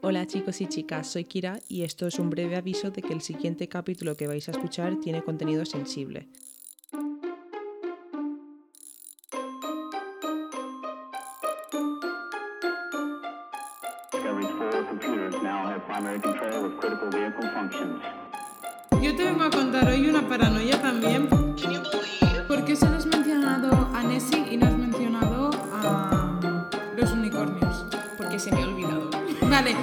Hola chicos y chicas, soy Kira y esto es un breve aviso de que el siguiente capítulo que vais a escuchar tiene contenido sensible. Yo te vengo a contar hoy una paranoia también. ¿Por qué solo has mencionado a Nessie y no has mencionado a los unicornios? Porque se me ha olvidado. Vale.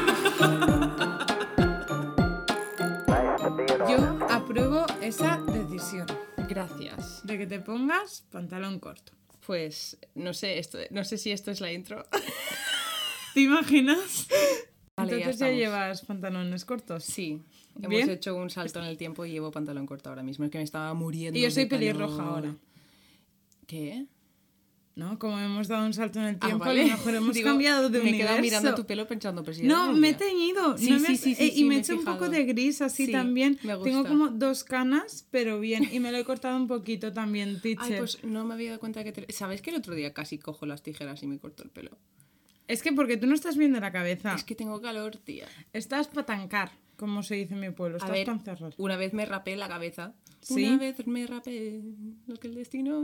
Yo apruebo esa decisión. Gracias. De que te pongas pantalón corto. Pues no sé si esto es la intro. ¿Te imaginas? Vale, Entonces ya llevas pantalones cortos. Sí, ¿Bien? hemos hecho un salto en el tiempo y llevo pantalón corto ahora mismo. Es que me estaba muriendo. Y yo soy de calor. pelirroja ahora. ¿Qué? ¿No? Como hemos dado un salto en el tiempo, vale. a lo mejor hemos Digo, cambiado de me he universo. quedado mirando tu pelo pensando, pero si No, eres me he rubia. teñido. Sí, no sí, me- sí, y me he me he hecho un fijado. poco de gris así Sí, también. me gusta. Tengo como 2 canas, pero bien. Y me lo he cortado un poquito también, teacher. Ay, pues no me había dado cuenta que... ¿Sabes que el otro día casi cojo las tijeras y me corto el pelo? Es que porque tú no estás bien de la cabeza. Es que tengo calor, tía. Estás para tancar, como se dice en mi pueblo. A Estás ver, para encerrar. una vez me rapé la cabeza. ¿Sí? Una vez me rapé lo que el destino...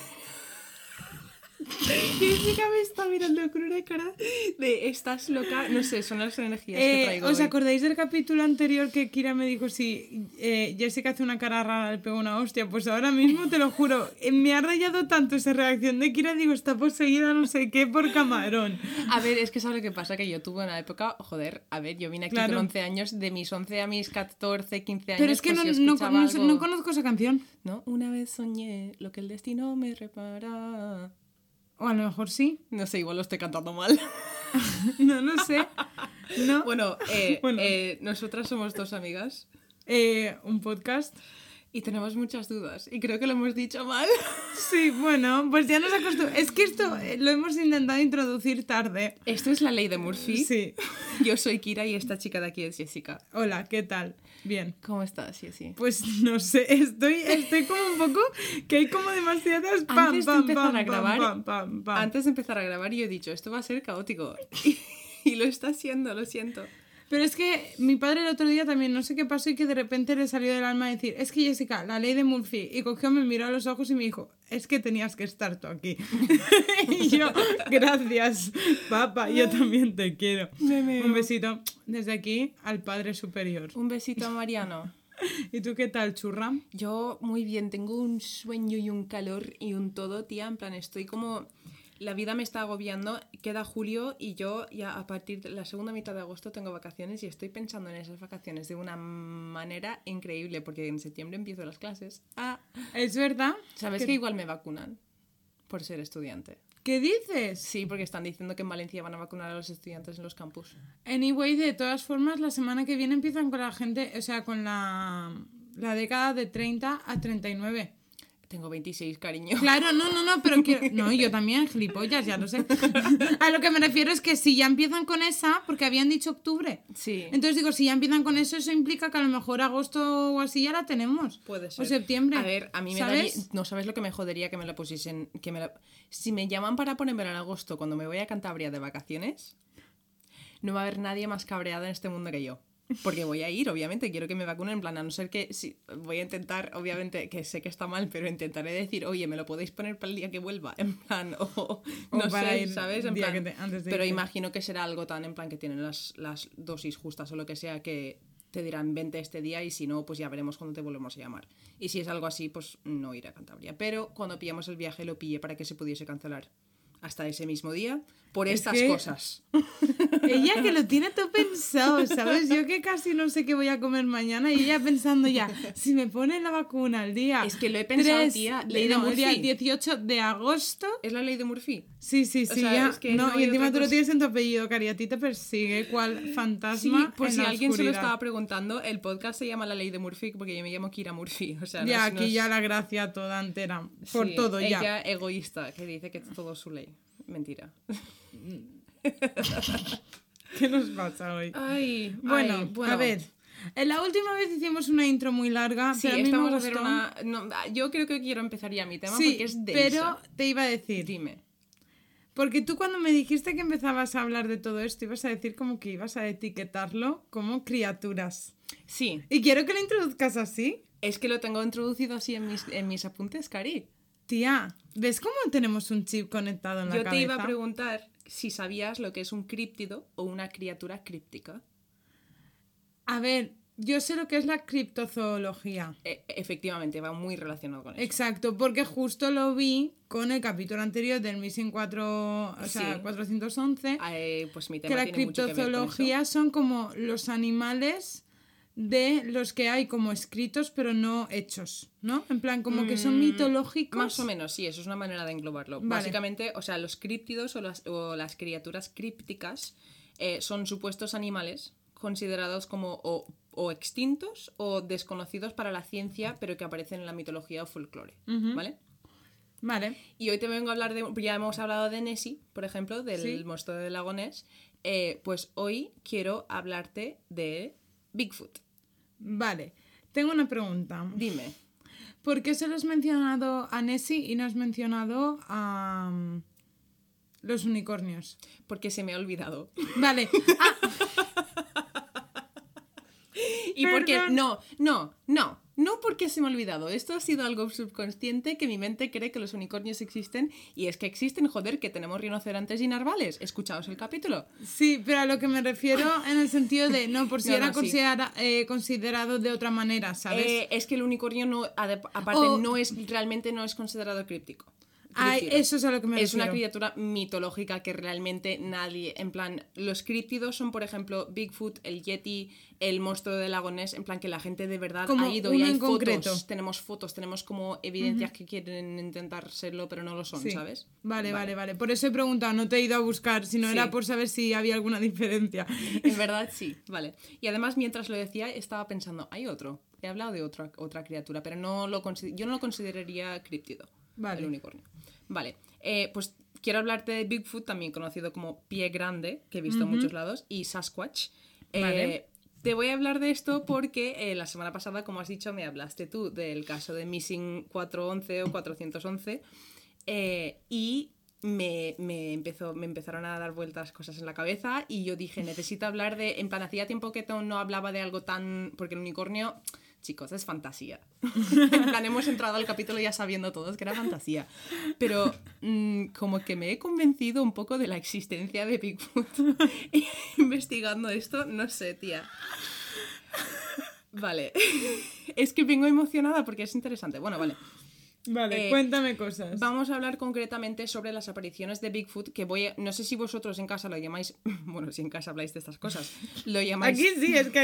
Jessica me está mirando con una cara. De estás loca, no sé, son las energías que traigo ¿Os hoy. acordáis del capítulo anterior que Kira me dijo si Jessica hace una cara rara, le pego una hostia? Pues ahora mismo, te lo juro, me ha rayado tanto esa reacción de Kira, digo, está poseída no sé qué por camarón. A ver, es que ¿sabes lo que pasa? Que yo tuve una época, joder, a ver, yo vine aquí Claro. con 11 años, de mis 11 a mis 14, 15 años, Pero es que pues yo no escuchaba algo, no conozco esa canción. ¿no? Una vez soñé lo que el destino me repara. O a lo mejor sí. No sé, igual lo estoy cantando mal. No lo sé. ¿No? Bueno, Bueno. nosotras somos dos amigas Un podcast. y tenemos muchas dudas. Y creo que lo hemos dicho mal. Sí, bueno, pues ya nos acostumbramos. Es que esto lo hemos intentado introducir tarde. Esto es la ley de Murphy. Sí. Yo soy Kira y esta chica de aquí es Jessica. Hola, ¿qué tal? Bien. ¿Cómo estás, Jessie? Pues no sé, estoy como un poco que hay como demasiadas Antes de empezar a pam. grabar, yo he dicho, esto va a ser caótico. Y lo está siendo, lo siento. Pero es que mi padre el otro día también, no sé qué pasó y que de repente le salió del alma decir, es que Jessica, la ley de Murphy. Y cogió, me miró a los ojos y me dijo, es que tenías que estar tú aquí. Y yo, gracias, papá, yo también te quiero. Un besito desde aquí al Padre Superior. Un besito a Mariano. ¿Y tú qué tal, churra? Yo muy bien, tengo un sueño y un calor y un todo, tía, en plan, estoy como... La vida me está agobiando, queda julio y yo ya a partir de la segunda mitad de agosto tengo vacaciones y estoy pensando en esas vacaciones de una manera increíble porque en septiembre empiezo las clases. ¿Es verdad? ¿Sabes que igual me vacunan por ser estudiante? ¿Qué dices? Sí, porque están diciendo que en Valencia van a vacunar a los estudiantes en los campus. Anyway, de todas formas, la semana que viene empiezan con la gente, o sea, con la década de 30 a 39. Tengo 26, cariño. Claro, no, pero no, yo también, gilipollas, ya lo sé. A lo que me refiero es que si ya empiezan con esa, porque habían dicho octubre. Sí. Entonces digo, si ya empiezan con eso implica que a lo mejor agosto o así ya la tenemos. Puede ser. O septiembre. A ver, a mí me ¿sabes? daría... No sabes lo que me jodería que me la pusiesen... Si me llaman para ponérmela en agosto cuando me voy a Cantabria de vacaciones, no va a haber nadie más cabreada en este mundo que yo. Porque voy a ir, obviamente, quiero que me vacunen, en plan, a no ser que... voy a intentar, obviamente, que sé que está mal, pero intentaré decir, oye, ¿me lo podéis poner para el día que vuelva? En plan, o no para sé, ir ¿sabes? En día plan, que antes de pero irte. imagino que será algo tan en plan que tienen las dosis justas o lo que sea que te dirán vente este día y si no, pues ya veremos cuando te volvemos a llamar. Y si es algo así, pues no iré a Cantabria. Pero cuando pillamos el viaje lo pillé para que se pudiese cancelar hasta ese mismo día por Es estas que- cosas. Ella que lo tiene todo pensado, ¿sabes? Yo que casi no sé qué voy a comer mañana y ella pensando ya, si me ponen la vacuna el día... Es que lo he pensado, tía, ley de el día Murphy. 18 de agosto... ¿Es la ley de Murphy? Sí, sí, sea, ya. es que no, no y hay encima otra tú lo cosa. tienes en tu apellido, Cari, a ti te persigue cual Sí, fantasma por en si la alguien se lo oscuridad. estaba preguntando, el podcast se llama La Ley de Murphy porque yo me llamo Kira Murphy. O sea, no Ya, es- no aquí es- ya la gracia toda entera. Por Sí, todo, ya. Ella egoísta, que dice que todo es su ley. Mentira. ¿Qué nos pasa hoy? Ay, Bueno, a ver. La última vez hicimos una intro muy larga, Sí, pero a mí esta me vamos a gustó. hacer una... No, yo creo que quiero empezar ya mi tema Sí, porque es densa. pero te iba a decir, Dime. Porque tú cuando me dijiste que empezabas a hablar de todo esto, ibas a decir como que ibas a etiquetarlo como criaturas. Sí, Y quiero que lo introduzcas así. es que lo tengo introducido así en mis apuntes, Cari. Tía, ¿ves cómo tenemos un chip conectado en la Yo cabeza? te iba a preguntar si sabías lo que es un críptido o una criatura críptica. A ver, yo sé lo que es la criptozoología. Efectivamente, va muy relacionado con eso. Exacto, porque justo lo vi con el capítulo anterior del Missing 411, Pues mi que tema la tiene mucho que ver con eso. criptozoología son como los animales de los que hay como escritos pero no hechos, ¿no? En plan, como que son mitológicos. Más o menos, sí, eso es una manera de englobarlo. Vale. Básicamente, o sea, los críptidos o las criaturas crípticas son supuestos animales considerados como o extintos o desconocidos para la ciencia, pero que aparecen en la mitología o folclore, ¿vale? Vale. Y hoy te vengo a hablar ya hemos hablado de Nessie, por ejemplo, del Sí. monstruo del lago Ness. Pues hoy quiero hablarte de Bigfoot. Vale. Tengo una pregunta. Dime. ¿Por qué solo has mencionado a Nessie y no has mencionado a los unicornios? Porque se me ha olvidado. Vale. Y porque Perdón. no porque se me ha olvidado. Esto ha sido algo subconsciente que mi mente cree que los unicornios existen y es que existen, joder, que tenemos rinocerontes y narvales. Escuchaos el capítulo. Sí, pero a lo que me refiero en el sentido de, no, por si No, era no, sí. considerado de otra manera, ¿sabes? Es que el unicornio no, aparte O- realmente no es considerado críptico. Ay, Críptido. eso es a lo que me Es una refiero. criatura mitológica que realmente nadie, en plan, los críptidos son, por ejemplo, Bigfoot, el Yeti, el monstruo del lago Ness, en plan que la gente de verdad Como ha ido y uno hay en fotos, concreto. tenemos como evidencias que quieren intentar serlo, pero no lo son, Sí. ¿sabes? Vale. Por eso he preguntado, no te he ido a buscar, sino Sí. era por saber si había alguna diferencia. En verdad sí, vale. Y además, mientras lo decía, estaba pensando, hay otro. He hablado de otra criatura, pero yo no lo consideraría críptido, Vale. el unicornio. Vale, pues quiero hablarte de Bigfoot, también conocido como pie grande, que he visto en muchos lados, y Sasquatch. Vale. Te voy a hablar de esto porque la semana pasada, como has dicho, me hablaste tú del caso de Missing 411 o 411 y me empezaron a dar vueltas cosas en la cabeza y yo dije, necesito hablar de... En plan, hacía tiempo que no hablaba de algo tan... Porque el unicornio, chicos, es fantasía. En plan, hemos entrado al capítulo ya sabiendo todos que era fantasía. Pero como que me he convencido un poco de la existencia de Bigfoot. Investigando esto, no sé, tía. Vale. Es que vengo emocionada porque es interesante. Bueno, vale. Vale, cuéntame cosas. Vamos a hablar concretamente sobre las apariciones de Bigfoot, que no sé si vosotros en casa lo llamáis, bueno, si en casa habláis de estas cosas, lo llamáis... Aquí sí, es que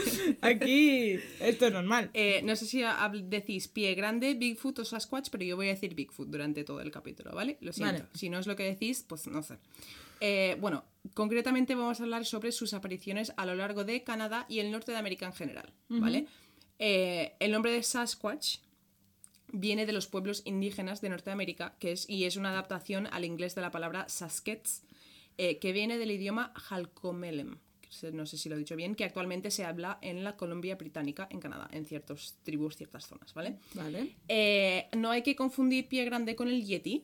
aquí esto es normal. No sé si decís pie grande, Bigfoot o Sasquatch, pero yo voy a decir Bigfoot durante todo el capítulo, ¿vale? Lo siento. Vale. Si no es lo que decís, pues no sé. Bueno, concretamente vamos a hablar sobre sus apariciones a lo largo de Canadá y el norte de América en general, ¿vale? El nombre de Sasquatch viene de los pueblos indígenas de Norteamérica, y es una adaptación al inglés de la palabra Saskets, que viene del idioma Halkomelem, no sé si lo he dicho bien, que actualmente se habla en la Columbia Británica, en Canadá, en ciertas tribus, ciertas zonas, ¿vale? Vale. No hay que confundir pie grande con el Yeti,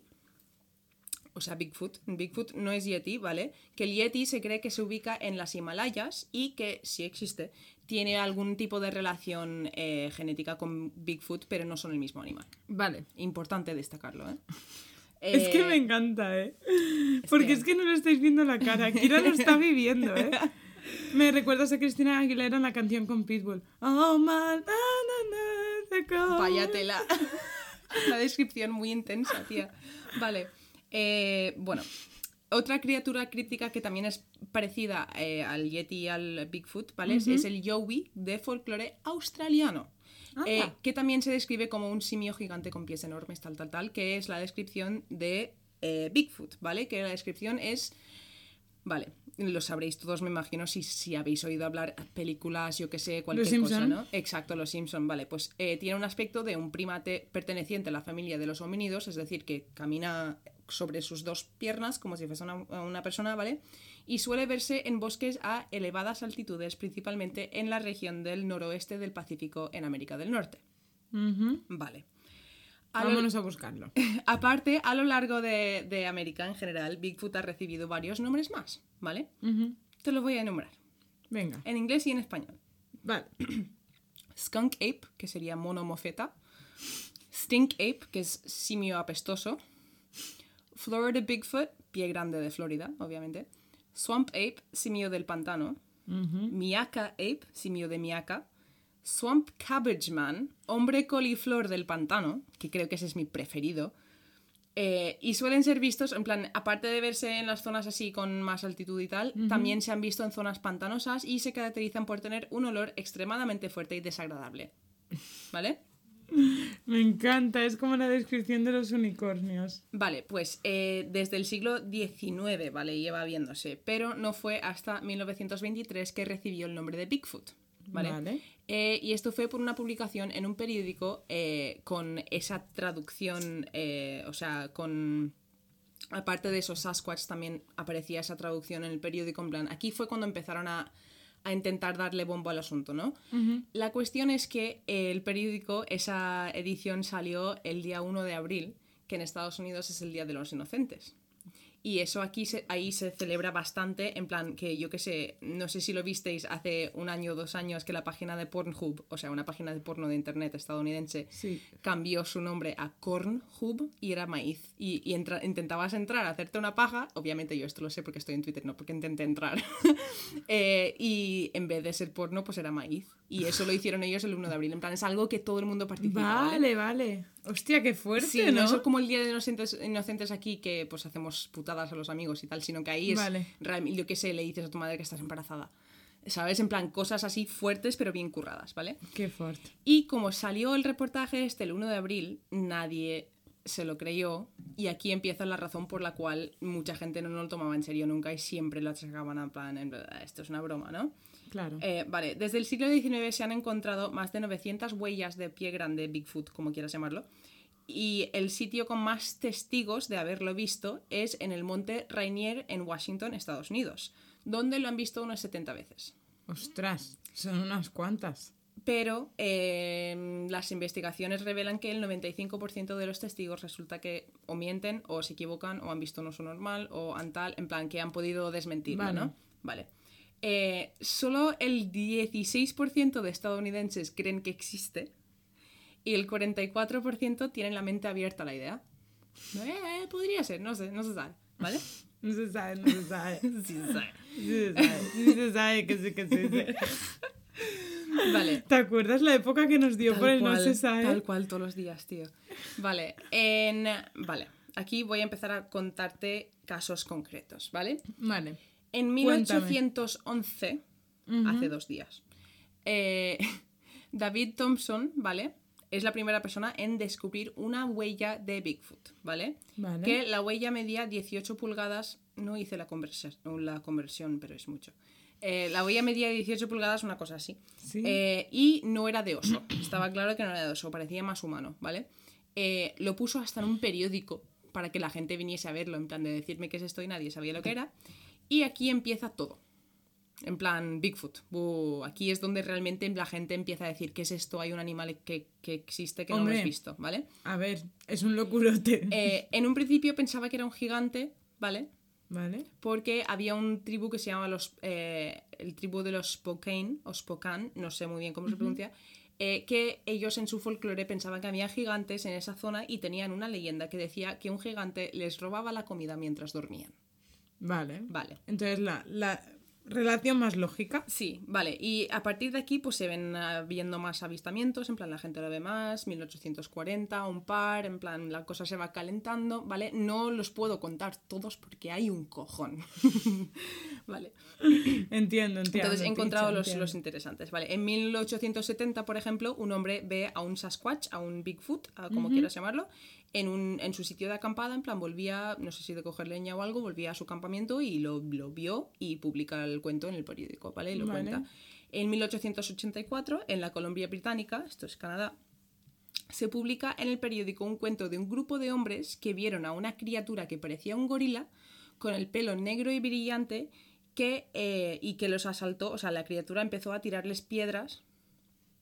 o sea, Bigfoot. Bigfoot no es Yeti, ¿vale? Que el Yeti se cree que se ubica en las Himalayas y que, si existe, tiene algún tipo de relación genética con Bigfoot, pero no son el mismo animal. Vale. Importante destacarlo, ¿eh? Es que me encanta, ¿eh? Porque es que no lo estáis viendo la cara. Kira lo está viviendo, ¿eh? Me recuerdas a Cristina Aguilera en la canción con Pitbull. Oh, man, Vaya tela. La descripción muy intensa, tía. Vale. Bueno, otra criatura críptica que también es parecida al Yeti y al Bigfoot, ¿vale? Es el Yowie de folclore australiano. Que también se describe como un simio gigante con pies enormes, tal, que es la descripción de Bigfoot, ¿vale? Que la descripción es... Vale, lo sabréis todos, me imagino, si habéis oído hablar películas, yo que sé, cualquier cosa, ¿no? Exacto, Los Simpson, vale. Pues tiene un aspecto de un primate perteneciente a la familia de los homínidos, es decir, que camina sobre sus dos piernas como si fuese una persona, ¿vale? Y suele verse en bosques a elevadas altitudes, principalmente en la región del noroeste del Pacífico en América del Norte. Vale. Vámonos a buscarlo. Aparte, a lo largo de América en general, Bigfoot ha recibido varios nombres más, ¿vale? Te los voy a enumerar. Venga. En inglés y en español. Vale. Skunk ape, que sería mono mofeta. Stink ape, que es simio apestoso. Florida Bigfoot, pie grande de Florida, obviamente. Swamp ape, simio del pantano. Miaka ape, simio de Miaka. Swamp cabbage man, hombre coliflor del pantano, que creo que ese es mi preferido. Y suelen ser vistos, en plan, aparte de verse en las zonas así con más altitud y tal, también se han visto en zonas pantanosas y se caracterizan por tener un olor extremadamente fuerte y desagradable. ¿Vale? Me encanta, es como la descripción de los unicornios. Vale, pues desde el siglo XIX, ¿vale? Lleva viéndose, pero no fue hasta 1923 que recibió el nombre de Bigfoot, ¿vale? Y esto fue por una publicación en un periódico con esa traducción, o sea, con... Aparte de eso, Sasquatch también aparecía esa traducción en el periódico, en plan, aquí fue cuando empezaron a intentar darle bombo al asunto, ¿no? La cuestión es que el periódico, esa edición salió el día 1 de abril, que en Estados Unidos es el Día de los Inocentes. Y eso aquí ahí se celebra bastante, en plan que yo qué sé, no sé si lo visteis hace 1 año o 2 años que la página de Pornhub, o sea, una página de porno de internet estadounidense, Sí. cambió su nombre a Cornhub y era maíz. Y intentabas entrar a hacerte una paja, obviamente yo esto lo sé porque estoy en Twitter, no porque intenté entrar. Y en vez de ser porno, pues era maíz. Y eso lo hicieron ellos el 1 de abril. En plan, es algo que todo el mundo participa. Vale. Hostia, qué fuerte, Sí, ¿no? no es como el Día de los Inocentes aquí, que pues hacemos putadas a los amigos y tal, sino que ahí es realmente, yo qué sé, le dices a tu madre que estás embarazada. ¿Sabes? En plan, cosas así fuertes pero bien curradas, ¿vale? Qué fuerte. Y como salió el reportaje el 1 de abril, nadie se lo creyó y aquí empieza la razón por la cual mucha gente no lo tomaba en serio nunca y siempre lo achacaban en plan, esto es una broma, ¿no? Claro. Vale, desde el siglo XIX se han encontrado más de 900 huellas de pie grande, Bigfoot, como quieras llamarlo, y el sitio con más testigos de haberlo visto es en el monte Rainier en Washington, Estados Unidos, donde lo han visto unas 70 veces. Ostras, son unas cuantas. Pero las investigaciones revelan que el 95% de los testigos resulta que o mienten o se equivocan o han visto un oso normal o han tal, en plan que han podido desmentirlo, Vale. ¿no? Vale. Solo el 16% de estadounidenses creen que existe y el 44% tienen la mente abierta a la idea. Podría ser, no se sabe, ¿vale? No se sabe. Sí se sabe. Sí se sabe que sí que sí. Vale. ¿Te acuerdas la época que nos dio Tal por el cual, no se sabe? Tal cual todos los días, tío. Vale, vale. Aquí voy a empezar a contarte casos concretos, ¿vale? Vale. En 1811, hace 2 días, David Thompson, ¿vale? Es la primera persona en descubrir una huella de Bigfoot, ¿vale? Vale. Que la huella medía 18 pulgadas. No hice la conversión, pero es mucho. La huella medía 18 pulgadas, una cosa así. Sí. Y no era de oso. Estaba claro que no era de oso, parecía más humano, ¿vale? Lo puso hasta en un periódico para que la gente viniese a verlo, en plan de decirme qué es esto y nadie sabía lo que era. Y aquí empieza todo. En plan, Bigfoot. Aquí es donde realmente la gente empieza a decir ¿qué es esto? Hay un animal que existe que no lo has visto, ¿vale? A ver, es un locurote. En un principio pensaba que era un gigante, ¿vale? Vale. Porque había un tribu que se llama el tribu de los Spokane, o Spokane, no sé muy bien cómo se pronuncia, que ellos en su folclore pensaban que había gigantes en esa zona y tenían una leyenda que decía que un gigante les robaba la comida mientras dormían. Vale. Vale. Entonces la relación más lógica. Sí, vale. Y a partir de aquí pues se ven viendo más avistamientos, en plan la gente lo ve más, 1840, un par, en plan la cosa se va calentando, ¿vale? No los puedo contar todos porque hay un cojón. Vale. Entiendo. Entonces he encontrado Picha, los interesantes, ¿vale? En 1870, por ejemplo, un hombre ve a un Sasquatch, a un Bigfoot, como quieras llamarlo, en su sitio de acampada, en plan volvía, no sé si de coger leña o algo, volvía a su campamento y lo vio y publica el cuento en el periódico, ¿vale? Y lo cuenta. En 1884, en la Columbia Británica, esto es Canadá, se publica en el periódico un cuento de un grupo de hombres que vieron a una criatura que parecía un gorila con el pelo negro y brillante y que los asaltó, o sea, la criatura empezó a tirarles piedras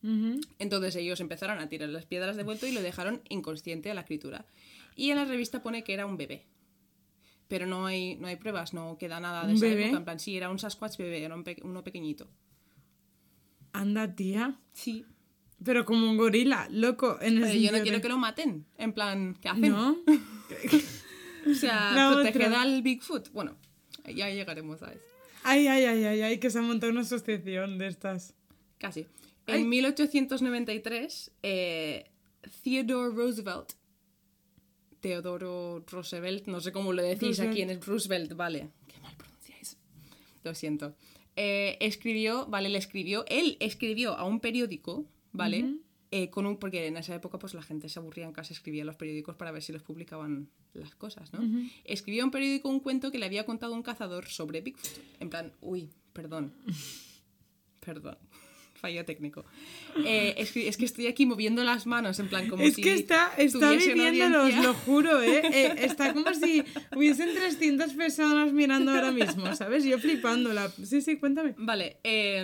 Entonces ellos empezaron a tirar las piedras de vuelta y lo dejaron inconsciente a la criatura. Y en la revista pone que era un bebé. Pero no hay pruebas, no queda nada de ¿Un esa bebé? época. En plan, sí, era un Sasquatch bebé, era uno pequeñito. Anda, tía. Sí. Pero como un gorila, loco. En el Pero yo no sentido quiero de- que lo maten. En plan, ¿qué hacen? ¿No? O sea, La proteger otra. al Bigfoot. Bueno, ya llegaremos a eso. Ay, que se ha montado una asociación de estas. Casi. Ay. En 1893, Theodore Roosevelt, Teodoro Roosevelt, no sé cómo lo decís Roosevelt. aquí en el Roosevelt, vale. Qué mal pronunciáis. Lo siento. Él escribió a un periódico, ¿vale? Porque en esa época pues la gente se aburría en casa, escribía en los periódicos para ver si los publicaban las cosas, ¿no? Escribió a un periódico un cuento que le había contado un cazador sobre Bigfoot. En plan, perdón, fallo técnico. Es que estoy aquí moviendo las manos, en plan como Es si que está tuviese una viviéndolo, os audiencia. lo juro, ¿eh? Está como si hubiesen 300 personas mirando ahora mismo, ¿sabes? Yo flipándola. Sí, cuéntame. Vale,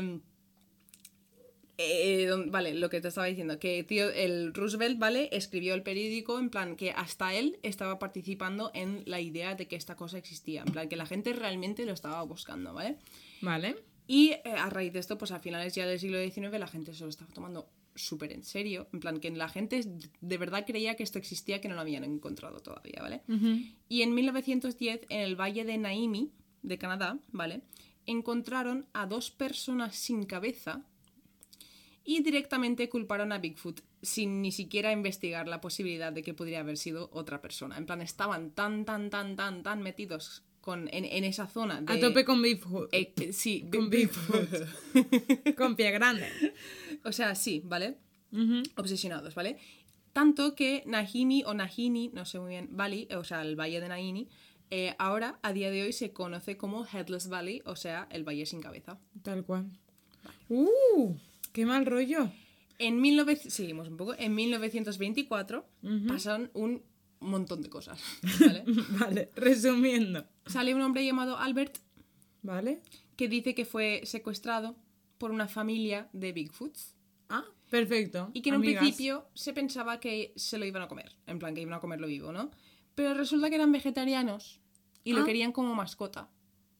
vale, lo que te estaba diciendo, que el Roosevelt, ¿vale? Escribió el periódico en plan que hasta él estaba participando en la idea de que esta cosa existía, en plan que la gente realmente lo estaba buscando, ¿vale? Vale. Y a raíz de esto, pues a finales ya del siglo XIX la gente se lo estaba tomando súper en serio, en plan que la gente de verdad creía que esto existía, que no lo habían encontrado todavía, ¿vale? Y en 1910, en el valle de Naimi, de Canadá, ¿vale? Encontraron a 2 personas sin cabeza y directamente culparon a Bigfoot sin ni siquiera investigar la posibilidad de que podría haber sido otra persona. En plan, estaban tan metidos en esa zona de... A tope con Bigfoot. Sí, Con Bigfoot. Con pie grande. O sea, sí, ¿vale? Obsesionados, ¿vale? Tanto que Nahimi o Nahini, no sé muy bien, Valley, o sea, el valle de Naini, ahora, a día de hoy, se conoce como Headless Valley, o sea, el valle sin cabeza. Tal cual. ¡Qué mal rollo! Seguimos un poco. En 1924 pasaron un montón de cosas, ¿vale? Vale, resumiendo. Sale un hombre llamado Albert ¿Vale? que dice que fue secuestrado por una familia de Bigfoots Ah, perfecto. y que en Amigas. un principio se pensaba que se lo iban a comer, en plan que iban a comerlo vivo, ¿no? Pero resulta que eran vegetarianos y lo querían como mascota.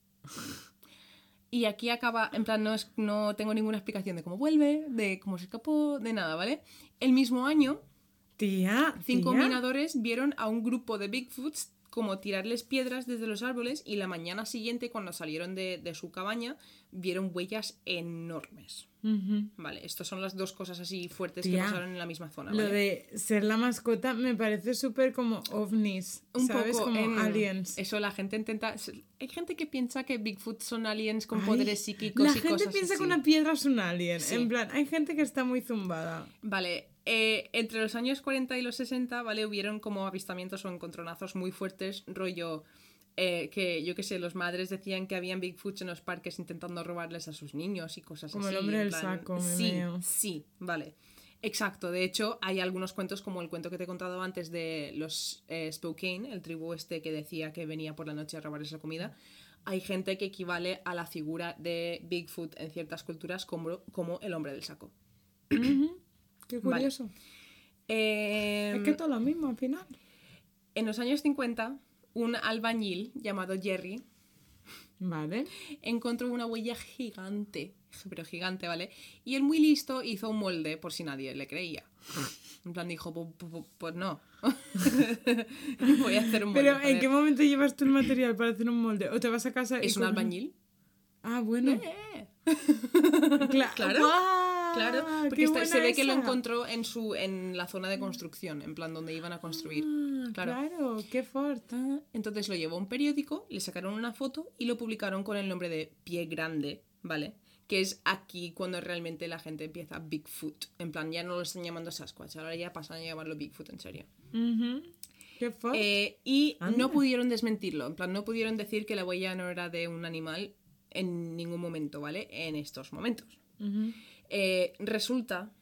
Y aquí acaba, en plan, no tengo ninguna explicación de cómo vuelve, de cómo se escapó, de nada, ¿vale? El mismo año, Tía. 5 minadores vieron a un grupo de Bigfoots como tirarles piedras desde los árboles y la mañana siguiente, cuando salieron de su cabaña, vieron huellas enormes. Vale, estas son las 2 cosas así fuertes que Tía, pasaron en la misma zona, Lo ¿vale? de ser la mascota me parece súper como ovnis, ¿sabes? Como aliens. Eso la gente intenta... Hay gente que piensa que Bigfoot son aliens con Ay, poderes psíquicos la y gente cosas piensa así. que una piedra es un alien. Sí. En plan, hay gente que está muy zumbada. Vale, entre los años 40 y los 60, ¿vale? Hubieron como avistamientos o encontronazos muy fuertes, rollo... que yo qué sé, los madres decían que habían Bigfoots en los parques intentando robarles a sus niños y cosas Como así. el hombre en del plan, saco, me sí, veo. sí, vale. Exacto, de hecho hay algunos cuentos como el cuento que te he contado antes de los Spokane, el tribu este que decía que venía por la noche a robarles la comida. Hay gente que equivale a la figura de Bigfoot en ciertas culturas como el hombre del saco. Qué curioso. Es que todo lo mismo al final. En los años 50, un albañil llamado Jerry Vale. encontró una huella gigante, pero gigante, ¿vale? Y él muy listo hizo un molde por si nadie le creía. En plan dijo, pues no. Voy a hacer un molde. Pero ¿en joder. qué momento llevas tú el material para hacer un molde? ¿O te vas a casa y ¿Es un coges albañil? Ah, bueno. Claro. ¡Guau! Claro, ¡Qué porque buena se ve que lo esa! encontró en la zona de construcción, en plan donde iban a construir. Ah, Claro. claro, qué fuerte. Entonces lo llevó a un periódico, le sacaron una foto y lo publicaron con el nombre de Pie Grande, ¿vale? Que es aquí cuando realmente la gente empieza Bigfoot. En plan, ya no lo están llamando Sasquatch, ahora ya pasan a llamarlo Bigfoot en serio. Qué fuerte. Y Anda. no pudieron desmentirlo, en plan, no pudieron decir que la huella no era de un animal en ningún momento, ¿vale? En estos momentos. Resulta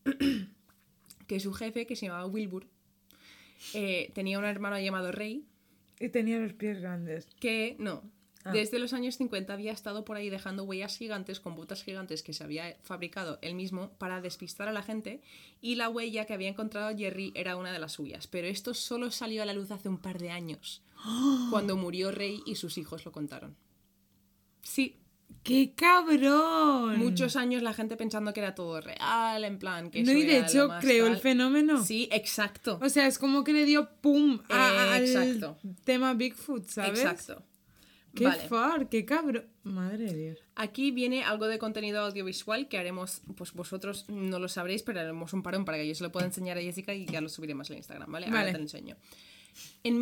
que su jefe, que se llamaba Wilbur, tenía un hermano llamado Ray, Y tenía los pies grandes. que no, Desde los años 50 había estado por ahí dejando huellas gigantes con botas gigantes que se había fabricado él mismo para despistar a la gente, y la huella que había encontrado Jerry era una de las suyas. Pero esto solo salió a la luz hace un par de años, cuando murió Ray y sus hijos lo contaron. Sí. ¡Qué cabrón! Muchos años la gente pensando que era todo real, en plan que No, eso y de era hecho lo más creó tal. el fenómeno. Sí, exacto. O sea, es como que le dio pum al Exacto. tema Bigfoot, ¿sabes? Exacto. ¡Qué Vale. far! ¡Qué cabrón! Madre de Dios. Aquí viene algo de contenido audiovisual que haremos, pues vosotros no lo sabréis, pero haremos un parón para que yo se lo pueda enseñar a Jessica y ya lo subiremos a Instagram, ¿vale? Ahora Vale. te lo enseño. En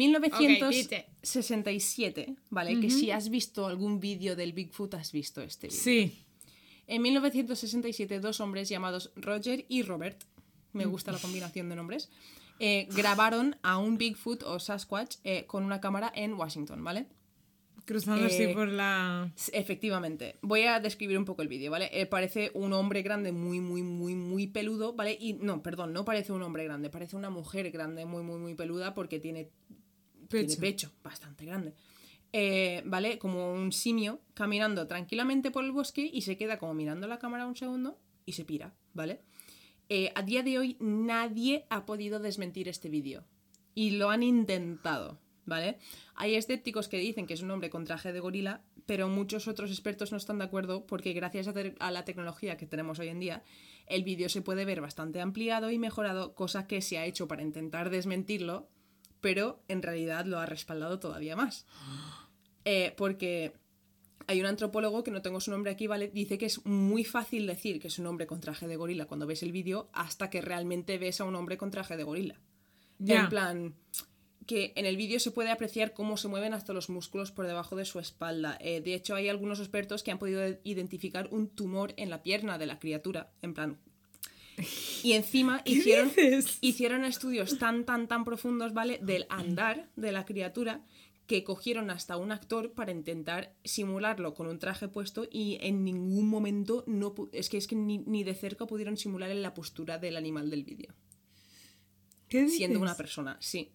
1967, ¿vale? Que si has visto algún vídeo del Bigfoot, has visto este vídeo. Sí. En 1967, dos hombres llamados Roger y Robert, me gusta la combinación de nombres, grabaron a un Bigfoot o Sasquatch con una cámara en Washington, ¿vale? Cruzando así por la... Efectivamente. Voy a describir un poco el vídeo, ¿vale? Parece un hombre grande muy peludo, ¿vale? Y no, perdón, no parece un hombre grande, parece una mujer grande muy peluda porque tiene pecho bastante grande. ¿Vale? Como un simio caminando tranquilamente por el bosque y se queda como mirando la cámara un segundo y se pira, ¿vale? A día de hoy nadie ha podido desmentir este vídeo y lo han intentado, ¿vale? Hay escépticos que dicen que es un hombre con traje de gorila, pero muchos otros expertos no están de acuerdo porque gracias a la tecnología que tenemos hoy en día, el vídeo se puede ver bastante ampliado y mejorado, cosa que se ha hecho para intentar desmentirlo, pero en realidad lo ha respaldado todavía más. Porque hay un antropólogo, que no tengo su nombre aquí, ¿vale? Dice que es muy fácil decir que es un hombre con traje de gorila cuando ves el vídeo hasta que realmente ves a un hombre con traje de gorila. Ya. En plan, que en el vídeo se puede apreciar cómo se mueven hasta los músculos por debajo de su espalda. De hecho, hay algunos expertos que han podido identificar un tumor en la pierna de la criatura, en plan... Y encima hicieron estudios tan profundos, ¿vale? Del andar de la criatura, que cogieron hasta un actor para intentar simularlo con un traje puesto y en ningún momento es que ni de cerca pudieron simular en la postura del animal del vídeo. ¿Qué dices? Siendo una persona, sí.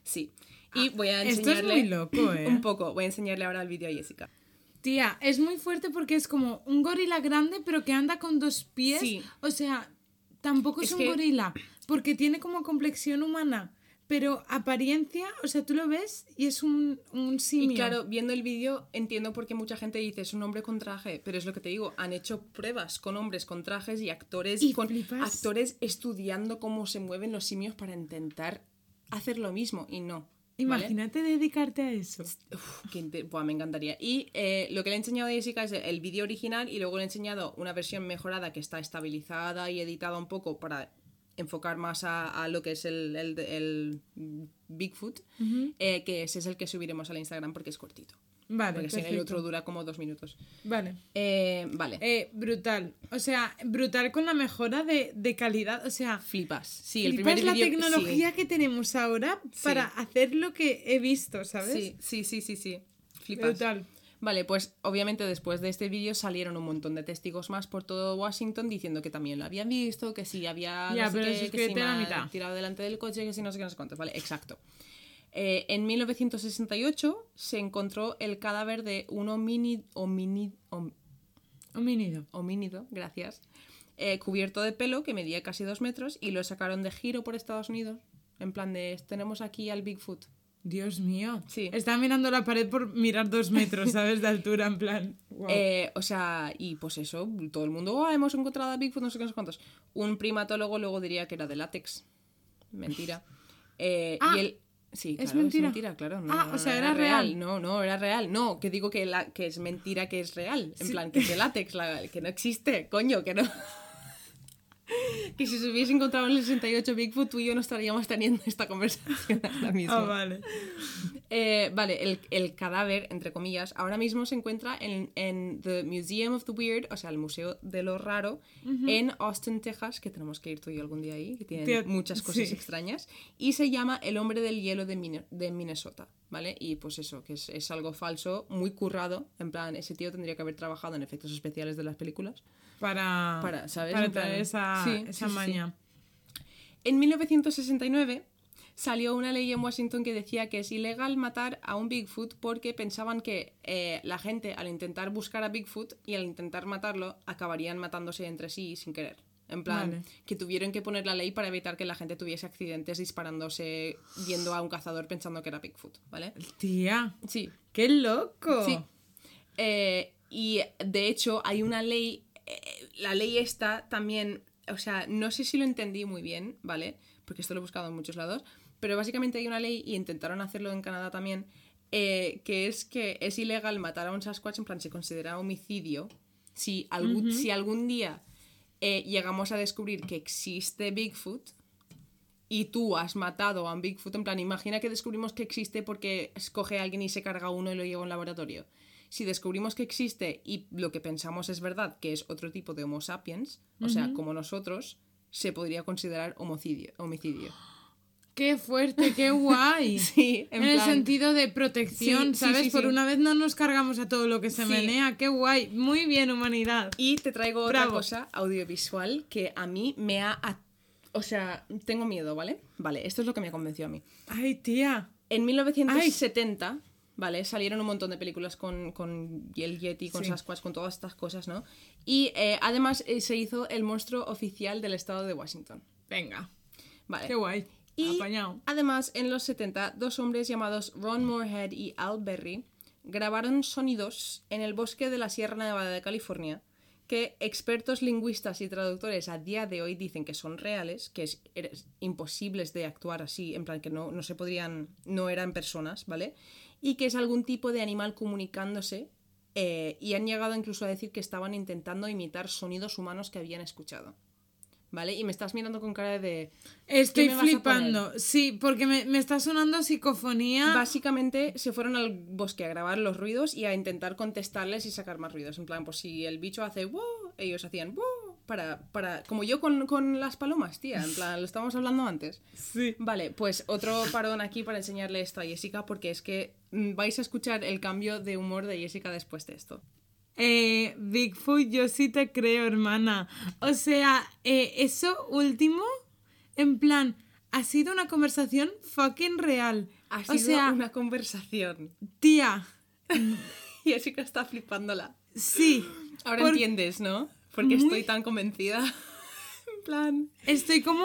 Y voy a enseñarle... Esto es muy loco, ¿eh? Un poco. Voy a enseñarle ahora el vídeo a Jessica. Tía, es muy fuerte porque es como un gorila grande pero que anda con dos pies. Sí. O sea, tampoco es un gorila porque tiene como complexión humana. Pero apariencia, o sea, tú lo ves y es un simio. Y claro, viendo el vídeo entiendo por qué mucha gente dice es un hombre con traje, pero es lo que te digo, han hecho pruebas con hombres con trajes y actores Y con flipas. actores estudiando cómo se mueven los simios para intentar hacer lo mismo y no. ¿vale? Imagínate dedicarte a eso. Uf, buah, me encantaría. Y lo que le he enseñado a Jessica es el vídeo original y luego le he enseñado una versión mejorada que está estabilizada y editada un poco para enfocar más a lo que es el Bigfoot, que ese es el que subiremos al Instagram porque es cortito. Vale, porque si no, el perfecto. otro dura como 2 minutos. Vale. Vale. Brutal. O sea, brutal con la mejora de calidad. O sea, Flipas. Sí, el flipas primer la vídeo... tecnología que tenemos ahora para hacer lo que he visto, ¿sabes? Sí. Flipas. Brutal. Vale, pues obviamente después de este vídeo salieron un montón de testigos más por todo Washington diciendo que también lo habían visto, que sí había Ya, no sé pero qué, eso es que que sí te me la ha mitad. tirado delante del coche, que sí no sé cuántos, vale, exacto. En 1968 se encontró el cadáver de un homínido, gracias, cubierto de pelo que medía casi 2 metros y lo sacaron de giro por Estados Unidos, en plan de tenemos aquí al Bigfoot. Dios mío. Sí. Estaba mirando la pared por mirar 2 metros, ¿sabes? De altura, en plan. Wow. O sea, y pues eso, todo el mundo, hemos encontrado a Bigfoot, no sé qué, no sé cuántos. Un primatólogo luego diría que era de látex. Mentira. Y él... Sí, ¿es claro, mentira? es mentira, claro. No, O sea, era real. No, era real. No, que digo que es mentira que es real. En plan, que es de látex, que no existe, coño, que no... Que si se hubiese encontrado en el 68 Bigfoot, tú y yo no estaríamos teniendo esta conversación ahora mismo. Vale. Vale, el cadáver, entre comillas, ahora mismo se encuentra en The Museum of the Weird, o sea, el Museo de lo Raro, en Austin, Texas, que tenemos que ir tú y yo algún día ahí, que tiene muchas cosas extrañas, y se llama El Hombre del Hielo de Minnesota, ¿vale? Y pues eso, que es algo falso, muy currado, en plan, ese tío tendría que haber trabajado en efectos especiales de las películas. Para, ¿sabes? para traer esa Sí. maña. En 1969 salió una ley en Washington que decía que es ilegal matar a un Bigfoot porque pensaban que la gente al intentar buscar a Bigfoot y al intentar matarlo acabarían matándose entre sí sin querer. En plan, Vale. que tuvieron que poner la ley para evitar que la gente tuviese accidentes disparándose viendo a un cazador pensando que era Bigfoot, ¿vale? Tía, Sí, qué loco. sí. Y de hecho hay una ley, la ley esta también, o sea, no sé si lo entendí muy bien, ¿vale? Porque esto lo he buscado en muchos lados, pero básicamente hay una ley, y intentaron hacerlo en Canadá también, que es ilegal matar a un Sasquatch, en plan se considera homicidio si algún día llegamos a descubrir que existe Bigfoot y tú has matado a un Bigfoot, en plan, imagina que descubrimos que existe porque escoge a alguien y se carga uno y lo lleva a un laboratorio. Si descubrimos que existe y lo que pensamos es verdad, que es otro tipo de Homo sapiens, o sea, como nosotros, se podría considerar homicidio. Qué fuerte, qué guay. Sí, en el plan- sentido de protección, Sí, sí, ¿sabes? sí, Por sí. una vez no nos cargamos a todo lo que se Sí. menea. Qué guay. Muy bien, humanidad. Y te traigo otra Bravo. cosa audiovisual que a mí me ha... O sea, tengo miedo, ¿vale? Vale, esto es lo que me convenció a mí. Ay, tía. En 1970, ¿vale? Salieron un montón de películas con el Yeti, con Sí. Sasquatch, con todas estas cosas, ¿no? Y además se hizo el monstruo oficial del estado de Washington. Venga. Vale. Qué guay. Y Apañado. además, en los 70, dos hombres llamados Ron Moorhead y Al Berry grabaron sonidos en el bosque de la Sierra Nevada de California que expertos lingüistas y traductores a día de hoy dicen que son reales, que es imposibles de actuar así, en plan que no se podrían, no eran personas, ¿vale? Y que es algún tipo de animal comunicándose, y han llegado incluso a decir que estaban intentando imitar sonidos humanos que habían escuchado. ¿Vale? Y me estás mirando con cara de... Estoy ¿qué me vas a flipando. Sí, porque me está sonando psicofonía. Básicamente se fueron al bosque a grabar los ruidos y a intentar contestarles y sacar más ruidos. En plan, pues si el bicho hace wow, ellos hacían wow, para como yo con las palomas, tía. En plan, lo estábamos hablando antes. Sí. Vale, pues otro parón aquí para enseñarle esto a Jessica, porque es que vais a escuchar el cambio de humor de Jessica después de esto. Bigfoot, yo sí te creo, hermana. O sea, eso último, en plan, ha sido una conversación fucking real. Ha O sido sea, una conversación. tía, Jessica está flipándola. sí. Ahora Por- entiendes, ¿no? Porque Muy- estoy tan convencida. En plan... Estoy como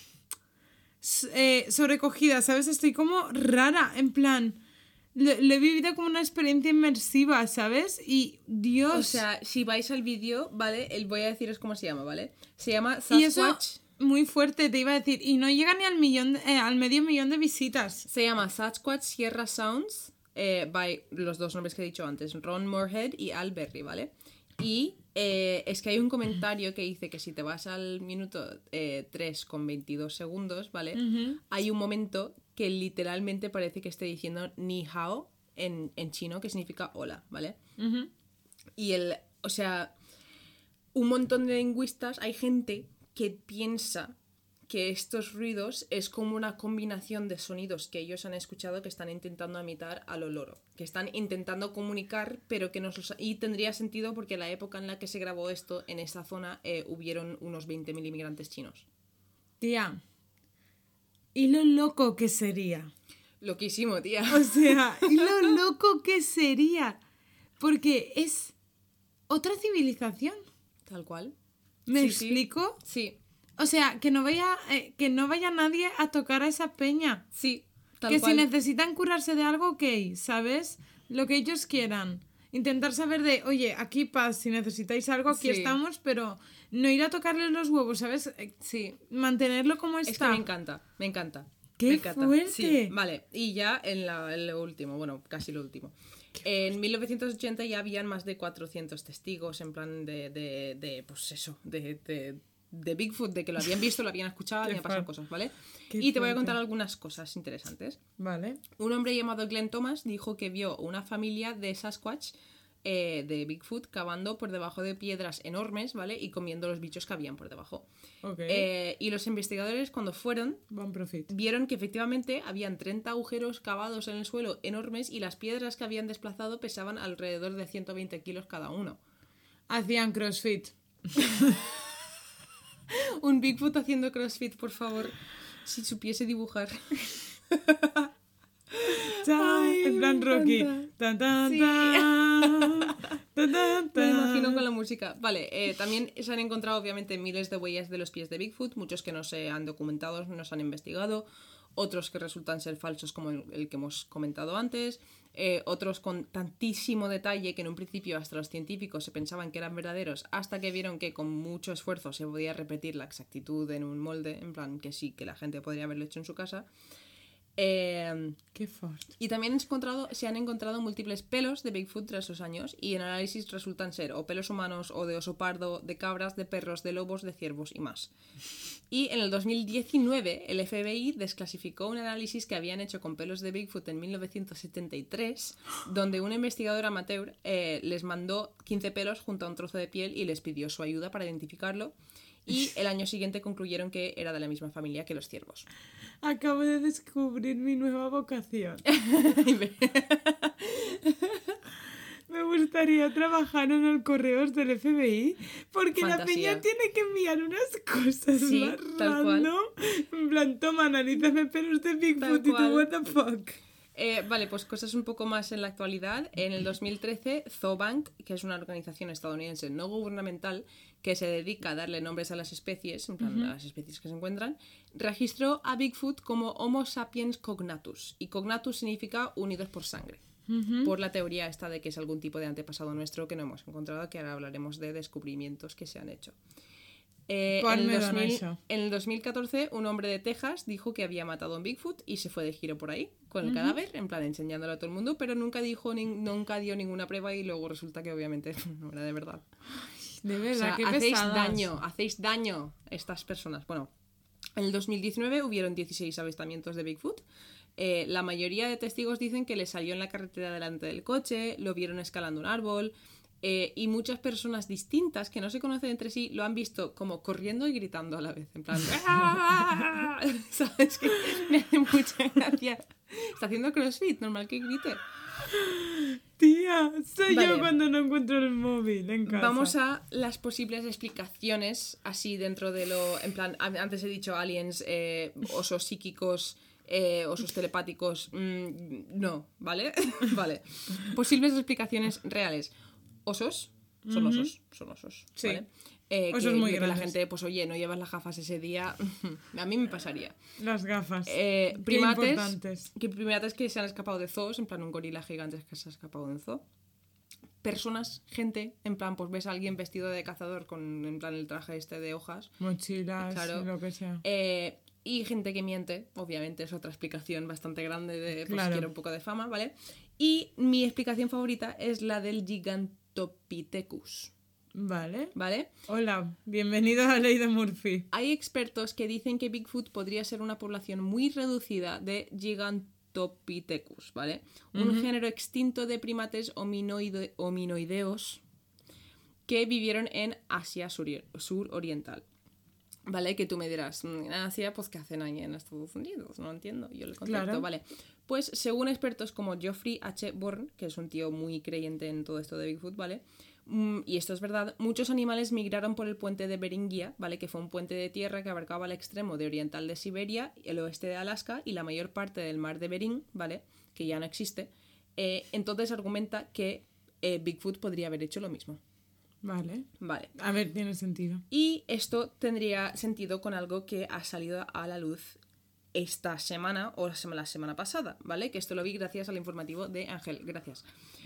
sobrecogida, ¿sabes? Estoy como rara, en plan, lo he vivido como una experiencia inmersiva, ¿sabes? Y Dios. O sea, si vais al vídeo, ¿vale? Voy a deciros cómo se llama, ¿vale? Se llama y eso Sasquatch. muy fuerte, te iba a decir, y no llega ni al medio millón de visitas. Se llama Sasquatch Sierra Sounds, by los dos nombres que he dicho antes, Ron Moorhead y Al Berry, ¿vale? Y es que hay un comentario que dice que si te vas al minuto 3 con 22 segundos, ¿vale? Hay un momento que literalmente parece que esté diciendo ni hao en chino, que significa hola, ¿vale? Y o sea, un montón de lingüistas, hay gente que piensa que estos ruidos es como una combinación de sonidos que ellos han escuchado que están intentando imitar a lo loro, que están intentando comunicar, pero que no... Y tendría sentido porque la época en la que se grabó esto, en esa zona, hubieron unos 20.000 inmigrantes chinos. Tía, ¿y lo loco que sería? Loquísimo, tía. O sea, ¿y lo loco que sería? Porque es otra civilización. Tal cual. ¿Me Sí, sí. explico? Sí, O sea, que no vaya nadie a tocar a esa peña. sí, tal que cual. si necesitan curarse de algo, ok, ¿sabes? Lo que ellos quieran. Intentar saber de, oye, aquí paz, si necesitáis algo, aquí Sí. estamos, pero no ir a tocarle los huevos, ¿sabes? Sí. Mantenerlo como Es que está. me encanta, me encanta. ¡Qué me encanta. fuerte! Sí, vale, y ya en lo último, bueno, casi lo último. En 1980 ya habían más de 400 testigos en plan pues eso, de Bigfoot, de que lo habían visto, lo habían escuchado, Qué habían pasado fuerte. cosas, ¿vale? Qué Y te voy a fuerte. contar algunas cosas interesantes. Vale. Un hombre llamado Glenn Thomas dijo que vio una familia de Sasquatch, de Bigfoot, cavando por debajo de piedras enormes, ¿vale? Y comiendo los bichos que habían por debajo. Ok. Y los investigadores, cuando fueron, Buen profit. vieron que efectivamente habían 30 agujeros cavados en el suelo enormes y las piedras que habían desplazado pesaban alrededor de 120 kilos cada uno. Hacían CrossFit. Un Bigfoot haciendo CrossFit, por favor. Si supiese dibujar. Ay, en plan me Rocky. encanta. Tan, tan, Sí. tan. Tan, tan, Me imagino tan. con la música. Vale, también se han encontrado obviamente miles de huellas de los pies de Bigfoot, muchos que no se han documentado, no se han investigado, otros que resultan ser falsos como el que hemos comentado antes, otros con tantísimo detalle que en un principio hasta los científicos se pensaban que eran verdaderos hasta que vieron que con mucho esfuerzo se podía repetir la exactitud en un molde, en plan que sí, que la gente podría haberlo hecho en su casa. Qué fuerte. Y también se han encontrado múltiples pelos de Bigfoot tras los años y en análisis resultan ser o pelos humanos o de oso pardo, de cabras, de perros, de lobos, de ciervos y más. Y en el 2019 el FBI desclasificó un análisis que habían hecho con pelos de Bigfoot en 1973, donde un investigador amateur les mandó 15 pelos junto a un trozo de piel y les pidió su ayuda para identificarlo. Y el año siguiente concluyeron que era de la misma familia que los ciervos. Acabo de descubrir mi nueva vocación. Me gustaría trabajar en el correos del FBI porque la Fantasía. peña tiene que enviar unas cosas Sí, más tal cual. random. En plan, toma, analízame pelos de Bigfoot Tal y tú, cual. what the fuck. Vale, pues cosas un poco más en la actualidad. En el 2013, Zoobank, que es una organización estadounidense no gubernamental que se dedica a darle nombres a las especies, en plan, a las especies que se encuentran, registró a Bigfoot como Homo sapiens cognatus. Y cognatus significa unidos por sangre. Por la teoría esta de que es algún tipo de antepasado nuestro que no hemos encontrado, que ahora hablaremos de descubrimientos que se han hecho. Pónmelo en eso. En el 2014, un hombre de Texas dijo que había matado a un Bigfoot y se fue de giro por ahí con el cadáver, en plan enseñándolo a todo el mundo, pero nunca dio ninguna prueba y luego resulta que obviamente no era de verdad. De O verdad, sea, qué hacéis daño estas personas. Bueno, en el 2019 hubieron 16 avistamientos de Bigfoot. La mayoría de testigos dicen que le salió en la carretera delante del coche, lo vieron escalando un árbol. Y muchas personas distintas que no se conocen entre sí lo han visto como corriendo y gritando a la vez, en plan ¡ah! ¿Sabes? Que me hace mucha gracia. Está haciendo CrossFit, normal que grite. Tía, soy Vale. yo cuando no encuentro el móvil en casa. Vamos a las posibles explicaciones así dentro de lo... En plan, antes he dicho aliens, osos psíquicos, osos telepáticos. No, ¿vale? Vale. Posibles explicaciones reales. Osos, son osos, Sí. ¿vale? Osos muy que la grandes. gente, pues oye, no llevas las gafas ese día, a mí me pasaría. Las gafas. Primates que se han escapado de zoos, en plan un gorila gigante que se ha escapado de un zoo. Personas, gente, en plan, pues ves a alguien vestido de cazador con, en plan, el traje este de hojas. Mochilas, Claro. lo que sea. Y gente que miente, obviamente, es otra explicación bastante grande de, pues, Claro. quiero un poco de fama, ¿vale? Y mi explicación favorita es la del Gigantopithecus, Vale. ¿vale? Hola, bienvenido a la ley de Murphy. Hay expertos que dicen que Bigfoot podría ser una población muy reducida de Gigantopithecus, ¿vale? Un género extinto de primates hominoideos que vivieron en Asia suroriental. ¿Vale? Que tú me dirás, en Asia, pues ¿qué hacen ahí en Estados Unidos? No entiendo yo el concepto, Claro. ¿vale? Pues según expertos como Geoffrey H. Bourne, que es un tío muy creyente en todo esto de Bigfoot, ¿vale? Y esto es verdad, muchos animales migraron por el puente de Beringia, ¿vale? Que fue un puente de tierra que abarcaba el extremo de oriental de Siberia, el oeste de Alaska y la mayor parte del mar de Bering, ¿vale? Que ya no existe. Entonces argumenta que Bigfoot podría haber hecho lo mismo. Vale. Vale. A ver, tiene sentido. Y esto tendría sentido con algo que ha salido a la luz esta semana o la semana pasada, ¿vale? Que esto lo vi gracias al informativo de Ángel, gracias.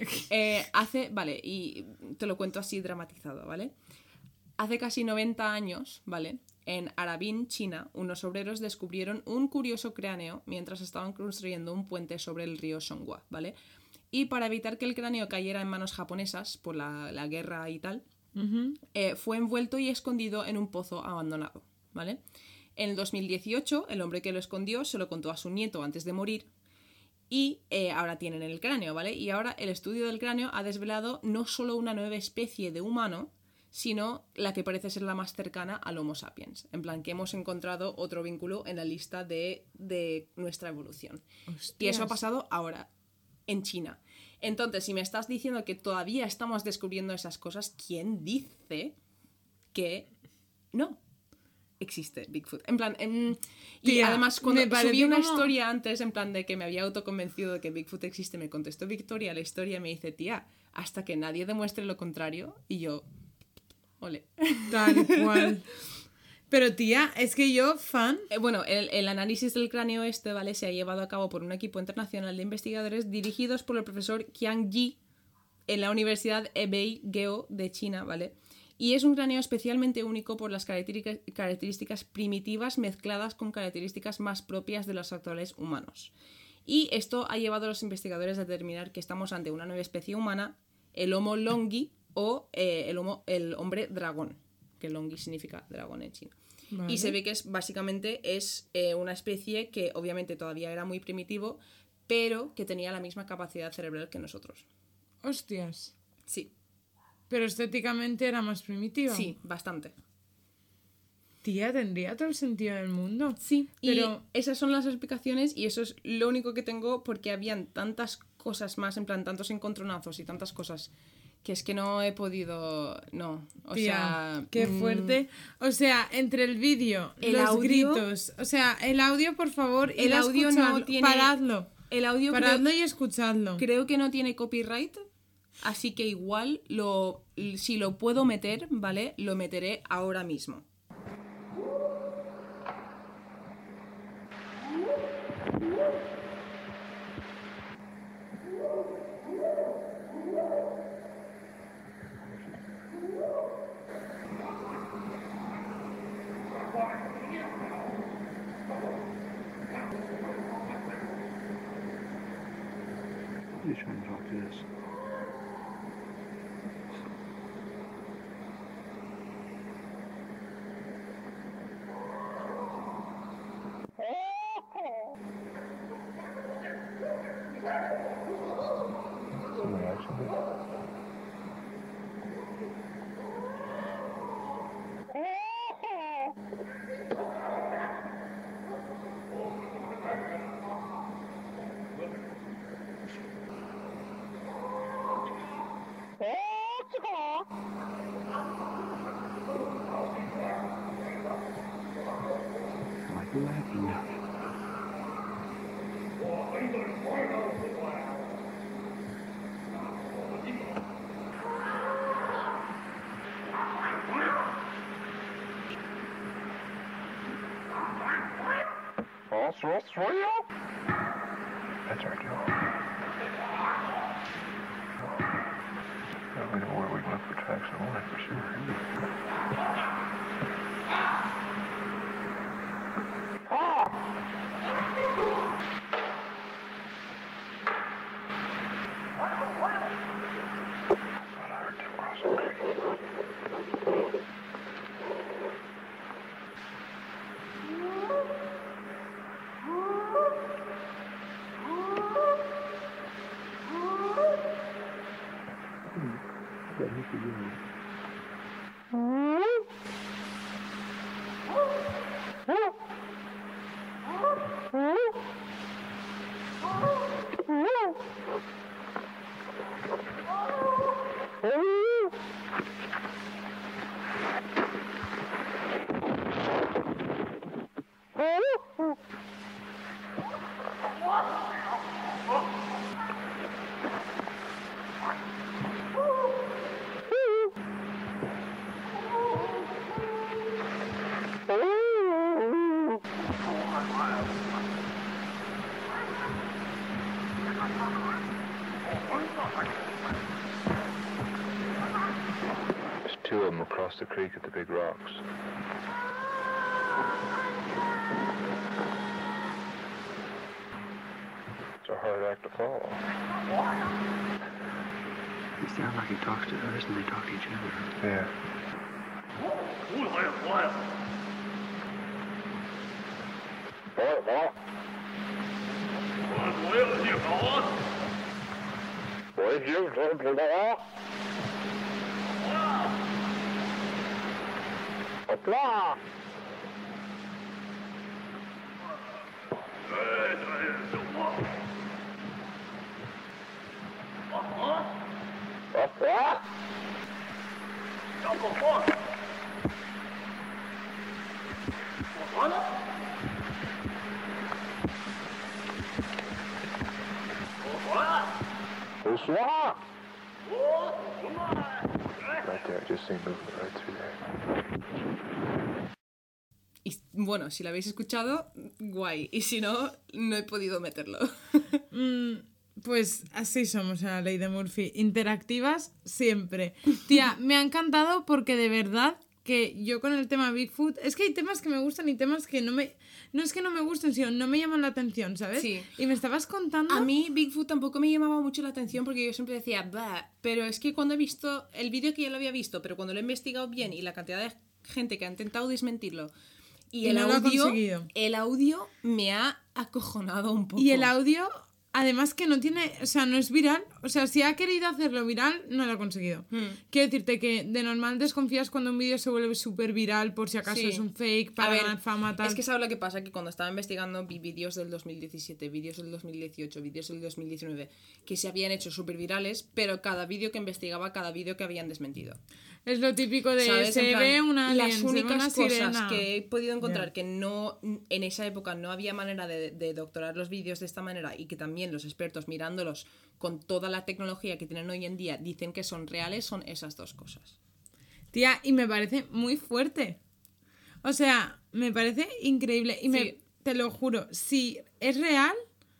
Vale, y te lo cuento así dramatizado, ¿vale? Hace casi 90 años, ¿vale? En Arabin, China, unos obreros descubrieron un curioso cráneo mientras estaban construyendo un puente sobre el río Songhua, ¿vale? Y para evitar que el cráneo cayera en manos japonesas por la guerra y tal, fue envuelto y escondido en un pozo abandonado, ¿vale? En el 2018, el hombre que lo escondió se lo contó a su nieto antes de morir y ahora tienen el cráneo, ¿vale? Y ahora el estudio del cráneo ha desvelado no solo una nueva especie de humano, sino la que parece ser la más cercana al Homo sapiens. En plan, que hemos encontrado otro vínculo en la lista de nuestra evolución. Hostias. Y eso ha pasado ahora, en China. Entonces, si me estás diciendo que todavía estamos descubriendo esas cosas, ¿quién dice que no? existe Bigfoot. En plan, y Tía, además cuando me parece subí una como- historia antes, en plan de que me había autoconvencido de que Bigfoot existe, me contestó Victoria la historia y me dice, tía, hasta que nadie demuestre lo contrario, y yo, ole. Tal cual. Pero tía, es que yo, fan... Bueno, el análisis del cráneo este, ¿vale? Se ha llevado a cabo por un equipo internacional de investigadores dirigidos por el profesor Qiang Yi en la Universidad Hebei Geo de China, ¿vale? Y es un cráneo especialmente único por las características primitivas mezcladas con características más propias de los actuales humanos. Y esto ha llevado a los investigadores a determinar que estamos ante una nueva especie humana, el Homo longi o el hombre dragón, que longi significa dragón en chino. Vale. Y se ve que básicamente es una especie que obviamente todavía era muy primitivo, pero que tenía la misma capacidad cerebral que nosotros. Hostias. Sí, Pero estéticamente era más primitiva. sí, bastante. Tía, tendría todo el sentido del mundo. Sí, Pero- y esas son las explicaciones y eso es lo único que tengo porque habían tantas cosas más, en plan, tantos encontronazos y tantas cosas que es que no he podido... No, o Tía, sea... qué fuerte. O sea, entre el vídeo, El los audio- gritos. O sea, el audio, por favor, El id a audio no escucharlo. tiene... Paradlo. El audio Paradlo y escuchadlo. creo que no tiene copyright, así que igual si lo puedo meter, ¿vale? Lo meteré ahora mismo. You shouldn't talk to this. Somebody actually. Might be laughing now. That's our job. Now we know where we can look for tracks of life for sure. Thought I heard them cross the creek. That must be good. There's two of them across the creek at the big rocks. It's a hard act to follow. He sounds like he talks to us and they talk to each other. Yeah. Bueno, si lo habéis escuchado, guay. Y si no, no he podido meterlo. Pues así somos en la ley de Murphy. Interactivas siempre. Tía, me ha encantado porque de verdad que yo con el tema Bigfoot... Es que hay temas que me gustan y temas que no me... No es que no me gusten, sino no me llaman la atención, ¿sabes? Sí. Y me estabas contando... A mí Bigfoot tampoco me llamaba mucho la atención porque yo siempre decía, bah, pero es que cuando he visto el vídeo que ya lo había visto, pero cuando lo he investigado bien y la cantidad de gente que ha intentado desmentirlo y no lo ha conseguido. El audio me ha acojonado un poco. Y el audio, además que no tiene... O sea, no es viral. O sea, si ha querido hacerlo viral, no lo ha conseguido. Quiero decirte que de normal desconfías cuando un vídeo se vuelve súper viral por si acaso Sí. es un fake, para ganar fama, tal. Es que sabes lo que pasa, que cuando estaba investigando vi vídeos del 2017, vídeos del 2018, vídeos del 2019 que se habían hecho súper virales, pero cada vídeo que investigaba, cada vídeo que habían desmentido. Es lo típico de ¿Sabes? se En plan, ve una alien, las se ve una únicas cosas sirena. que he podido encontrar Ya. que no en esa época no había manera de doctorar los vídeos de esta manera y que también los expertos mirándolos con toda la tecnología que tienen hoy en día dicen que son reales, son esas dos cosas. Tía, y me parece muy fuerte. O sea, me parece increíble. Y Sí. te lo juro, si es real,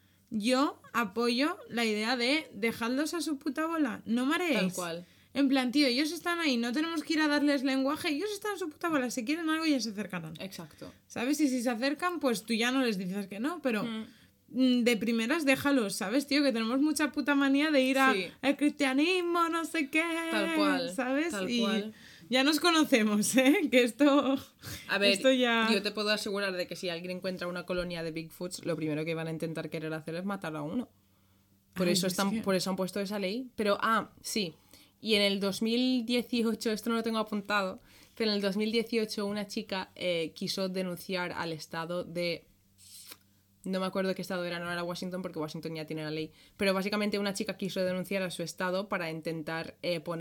yo apoyo la idea de dejadlos a su puta bola. No mareéis. Tal cual. En plan, tío, ellos están ahí, no tenemos que ir a darles lenguaje, ellos están a su puta bola. Si quieren algo, ya se acercarán. Exacto. ¿Sabes? Y si se acercan, pues tú ya no les dices que no, pero de primeras déjalos, ¿sabes, tío? Que tenemos mucha puta manía de ir Sí. al cristianismo, no sé qué. Tal cual, ¿Sabes? tal y cual. ya nos conocemos, ¿eh? Que esto... A ver, esto ya... yo te puedo asegurar de que si alguien encuentra una colonia de Bigfoots, lo primero que van a intentar querer hacer es matar a uno. Por Ay, eso es que- por eso han puesto esa ley. Pero, sí. Y en el 2018, esto no lo tengo apuntado, pero en el 2018 una chica quiso denunciar al estado de... No me acuerdo qué estado era, no era Washington porque Washington ya tiene la ley. Pero básicamente una chica quiso denunciar a su estado para intentar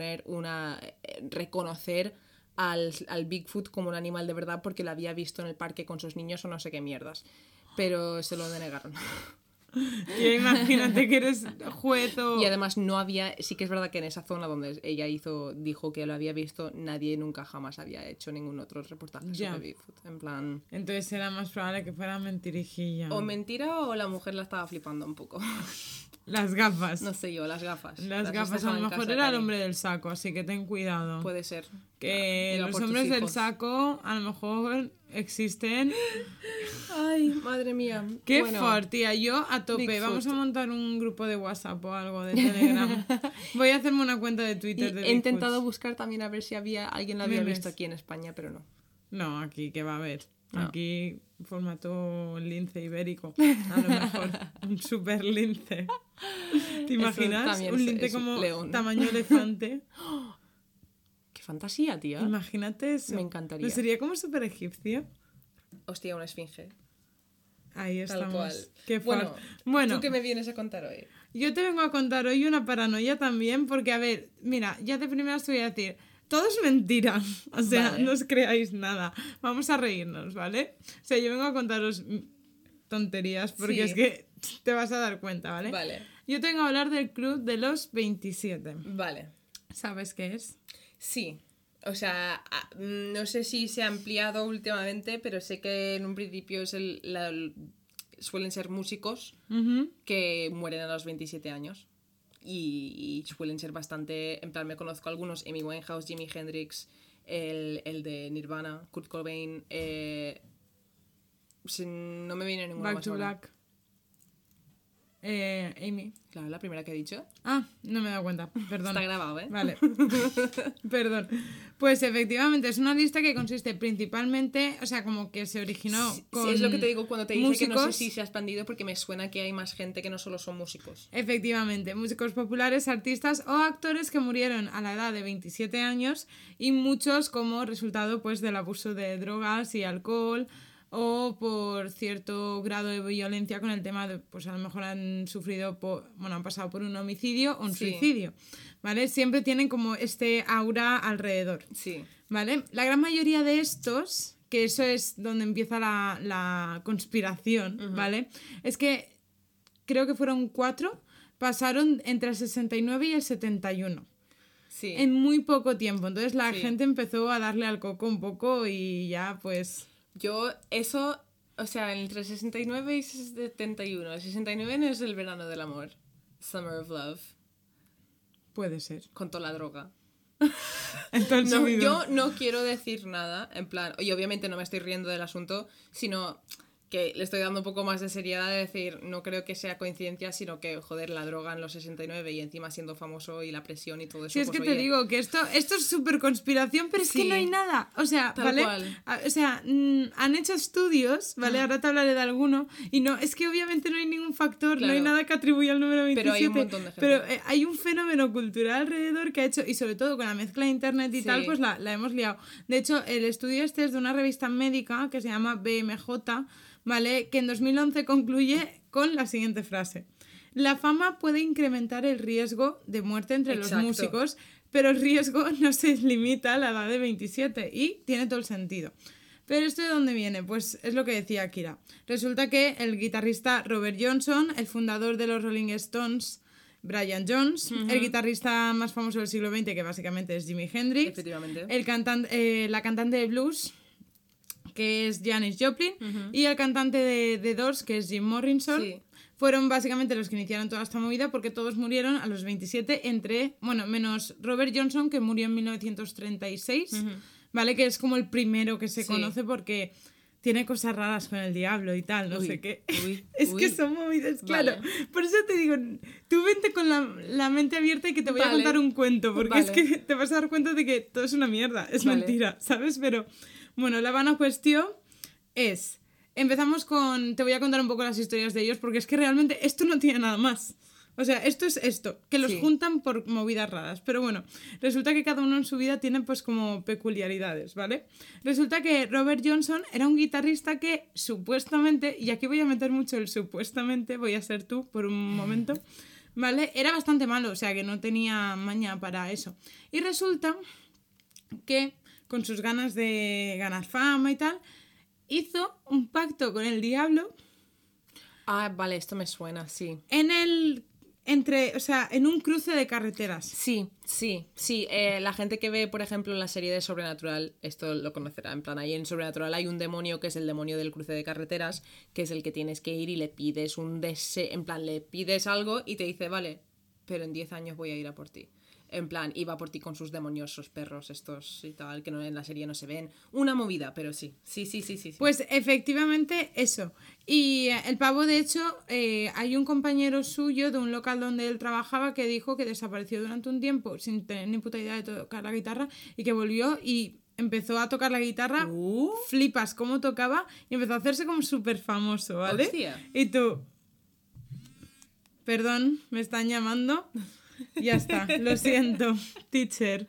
reconocer al Bigfoot como un animal de verdad porque lo había visto en el parque con sus niños o no sé qué mierdas. Pero se lo denegaron. Tío, imagínate que eres juez o... Y además no había, sí que es verdad que en esa zona donde ella dijo que lo había visto, nadie nunca jamás había hecho ningún otro reportaje Ya. sobre Bigfoot. En plan, Entonces era más probable que fuera mentirijilla. o mentira o la mujer la estaba flipando un poco. Las gafas. No sé yo, las gafas. Las gafas, a dejan lo en mejor casa, era el Cari. hombre del saco, así que ten cuidado. Puede ser. Que Iba los por tus hombres del hijos. saco a lo mejor existen. Ay, madre mía. Qué Bueno, fuerte, tía. Yo a tope. Bigfoot. Vamos a montar un grupo de WhatsApp o algo de Telegram. Voy a hacerme una cuenta de y Twitter de he Bigfoots. intentado buscar también a ver si alguien lo había Memes. visto aquí en España, pero no. No, aquí, ¿qué va a haber? No. Aquí formato lince ibérico. A lo mejor. Un super lince. ¿Te imaginas? también Un es- lince es como león. tamaño elefante. Qué fantasía, tía. Imagínate eso. Me encantaría. ¿No sería como súper egipcio? Hostia, una esfinge. Ahí Tal estamos. cual. Qué Bueno, fuerte. Bueno, ¿tú qué me vienes a contar hoy? yo te vengo a contar hoy una paranoia también, porque, a ver, mira, ya de primeras te voy a decir, todo es mentira, o sea, Vale. no os creáis nada, vamos a reírnos, ¿vale? O sea, yo vengo a contaros tonterías, porque Sí. es que te vas a dar cuenta, ¿vale? Vale. Yo te vengo a hablar del Club de los 27. Vale. ¿Sabes qué es? Sí. O sea, no sé si se ha ampliado últimamente, pero sé que en un principio es suelen ser músicos Ujú. que mueren a los 27 años. Y suelen ser bastante... En plan, me conozco algunos. Amy Winehouse, Jimi Hendrix, el de Nirvana, Kurt Cobain. No me viene ninguna Back más to ahora. Black. Amy. Claro, la primera que he dicho. Ah, no me he dado cuenta, perdón. Está grabado, ¿eh? Vale, perdón. Pues efectivamente es una lista que consiste principalmente, o sea, como que se originó Sí, con es lo que te digo cuando te dije que no sé músicos. si se ha expandido porque me suena que hay más gente que no solo son músicos. Efectivamente, músicos populares, artistas o actores que murieron a la edad de 27 años y muchos como resultado pues del abuso de drogas y alcohol o por cierto grado de violencia con el tema de, pues a lo mejor han sufrido, han pasado por un homicidio o un Sí. suicidio, ¿vale? Siempre tienen como este aura alrededor, Sí. ¿vale? La gran mayoría de estos, que eso es donde empieza la conspiración, ¿vale? Es que creo que fueron 4, pasaron entre el 69 y el 71. Sí. En muy poco tiempo. Entonces la Sí. gente empezó a darle al coco un poco y ya pues... Yo, eso, o sea, entre 69 y 71. El 69 no es el verano del amor. Summer of Love. Puede ser. Con toda la droga. Entonces, No, yo no quiero decir nada, en plan, y obviamente no me estoy riendo del asunto, sino que le estoy dando un poco más de seriedad de decir, no creo que sea coincidencia, sino que, joder, la droga en los 69 y encima siendo famoso y la presión y todo eso. Sí, es pues, que te oye, digo que esto es súper conspiración, pero es que Sí. no hay nada. O sea, Tal ¿vale? cual. O sea, han hecho estudios, ¿vale? Ahora te hablaré de alguno. Y no, es que obviamente no hay ningún factor, no hay Claro. nada que atribuya al número 27. Pero hay un montón de gente. Pero hay un fenómeno cultural alrededor que ha hecho, y sobre todo con la mezcla de internet y Sí. tal, pues la hemos liado. De hecho, el estudio este es de una revista médica que se llama BMJ, ¿vale? Que en 2011 concluye con la siguiente frase. La fama puede incrementar el riesgo de muerte entre Exacto. los músicos, pero el riesgo no se limita a la edad de 27 y tiene todo el sentido. Pero ¿esto de dónde viene? Pues es lo que decía Kira. Resulta que el guitarrista Robert Johnson, el fundador de los Rolling Stones, Brian Jones, el guitarrista más famoso del siglo XX, que básicamente es Jimi Hendrix, Efectivamente. la cantante de blues, que es Janis Joplin, y el cantante de The Doors, que es Jim Morrison, Sí. fueron básicamente los que iniciaron toda esta movida porque todos murieron a los 27 menos Robert Johnson, que murió en 1936, ¿vale? Que es como el primero que se Sí. conoce porque tiene cosas raras con el diablo y tal, no Uy, sé qué. uy, Es uy. que son movidas, claro. Vale. Por eso te digo, tú vente con la mente abierta y que te voy a Vale. contar un cuento, porque Vale. es que te vas a dar cuenta de que todo es una mierda, es Vale. mentira, ¿sabes? Pero bueno, la vana cuestión es... Empezamos con... Te voy a contar un poco las historias de ellos, porque es que realmente esto no tiene nada más. O sea, esto es esto, que los Sí. juntan por movidas raras. Pero bueno, resulta que cada uno en su vida tiene pues como peculiaridades, ¿vale? Resulta que Robert Johnson era un guitarrista que supuestamente, y aquí voy a meter mucho el supuestamente, voy a ser tú por un momento, ¿vale? Era bastante malo, o sea que no tenía maña para eso. Y resulta que con sus ganas de ganar fama y tal, hizo un pacto con el diablo Ah, vale, esto me suena, sí. en un cruce de carreteras. Sí. La gente que ve, por ejemplo, la serie de Sobrenatural, esto lo conocerá. En plan, ahí en Sobrenatural hay un demonio que es el demonio del cruce de carreteras, que es el que tienes que ir y le pides un deseo. En plan, le pides algo y te dice, vale, pero en 10 años voy a ir a por ti. En plan, iba por ti con sus demoniosos perros estos y tal, que no, en la serie no se ven. Una movida, pero sí. Sí. Pues efectivamente eso. Y el pavo, de hecho, hay un compañero suyo de un local donde él trabajaba que dijo que desapareció durante un tiempo sin tener ni puta idea de tocar la guitarra y que volvió y empezó a tocar la guitarra, flipas cómo tocaba y empezó a hacerse como súper famoso, ¿vale? Hostia. Y tú... Perdón, me están llamando. Ya está, lo siento, teacher.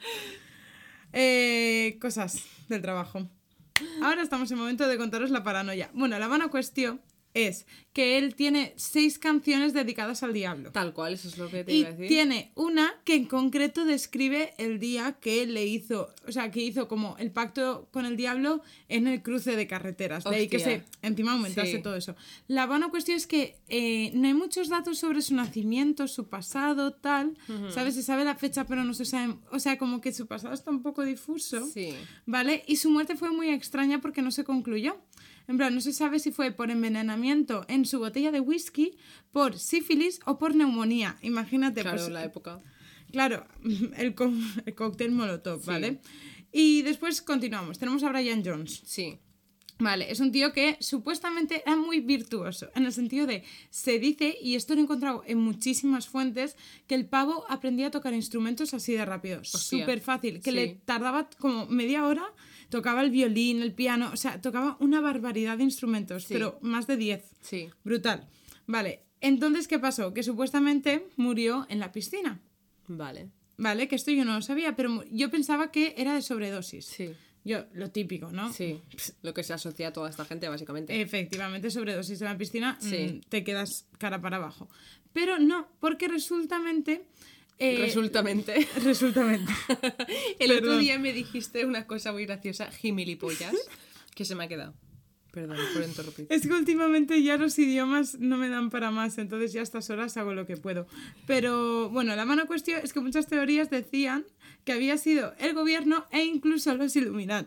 Cosas del trabajo. Ahora estamos en el momento de contaros la paranoia. Bueno, la vana cuestión es que él tiene 6 canciones dedicadas al diablo. Tal cual, eso es lo que te Y iba a decir. tiene una que en concreto describe el día que le hizo, o sea, que hizo como el pacto con el diablo en el cruce de carreteras. De ahí que Hostia. encima aumentase Sí. todo eso. La buena cuestión es que no hay muchos datos sobre su nacimiento, su pasado, tal. ¿Sabes? Se sabe la fecha, pero no se sabe. O sea, como que su pasado está un poco difuso. Sí. ¿Vale? Y su muerte fue muy extraña porque no se concluyó. En plan, no se sabe si fue por envenenamiento en su botella de whisky, por sífilis o por neumonía. Imagínate, Claro, pues, la época. claro, el cóctel Molotov, Sí. ¿vale? Y después continuamos. Tenemos a Brian Jones. Sí. Vale, es un tío que supuestamente era muy virtuoso, en el sentido de, se dice, y esto lo he encontrado en muchísimas fuentes, que el pavo aprendía a tocar instrumentos así de rápido, Hostia. súper fácil, que Sí. le tardaba como media hora, tocaba el violín, el piano, o sea, tocaba una barbaridad de instrumentos, Sí. pero más de 10. Sí. Brutal. Vale, entonces, ¿qué pasó? Que supuestamente murió en la piscina, Vale. ¿vale? Que esto yo no lo sabía, pero yo pensaba que era de sobredosis. Sí. Yo, lo típico, ¿no? Sí. Lo que se asocia a toda esta gente, básicamente. Efectivamente, sobredosis en la piscina, Sí. te quedas cara para abajo. Pero no, porque resultamente... Resultamente. Resultamente. El otro Perdón. día me dijiste una cosa muy graciosa, gimilipollas, que se me ha quedado. Perdón por interrumpir. Es que últimamente ya los idiomas no me dan para más, entonces ya a estas horas hago lo que puedo. Pero bueno, la mala cuestión es que muchas teorías decían que había sido el gobierno e incluso los Illuminatis.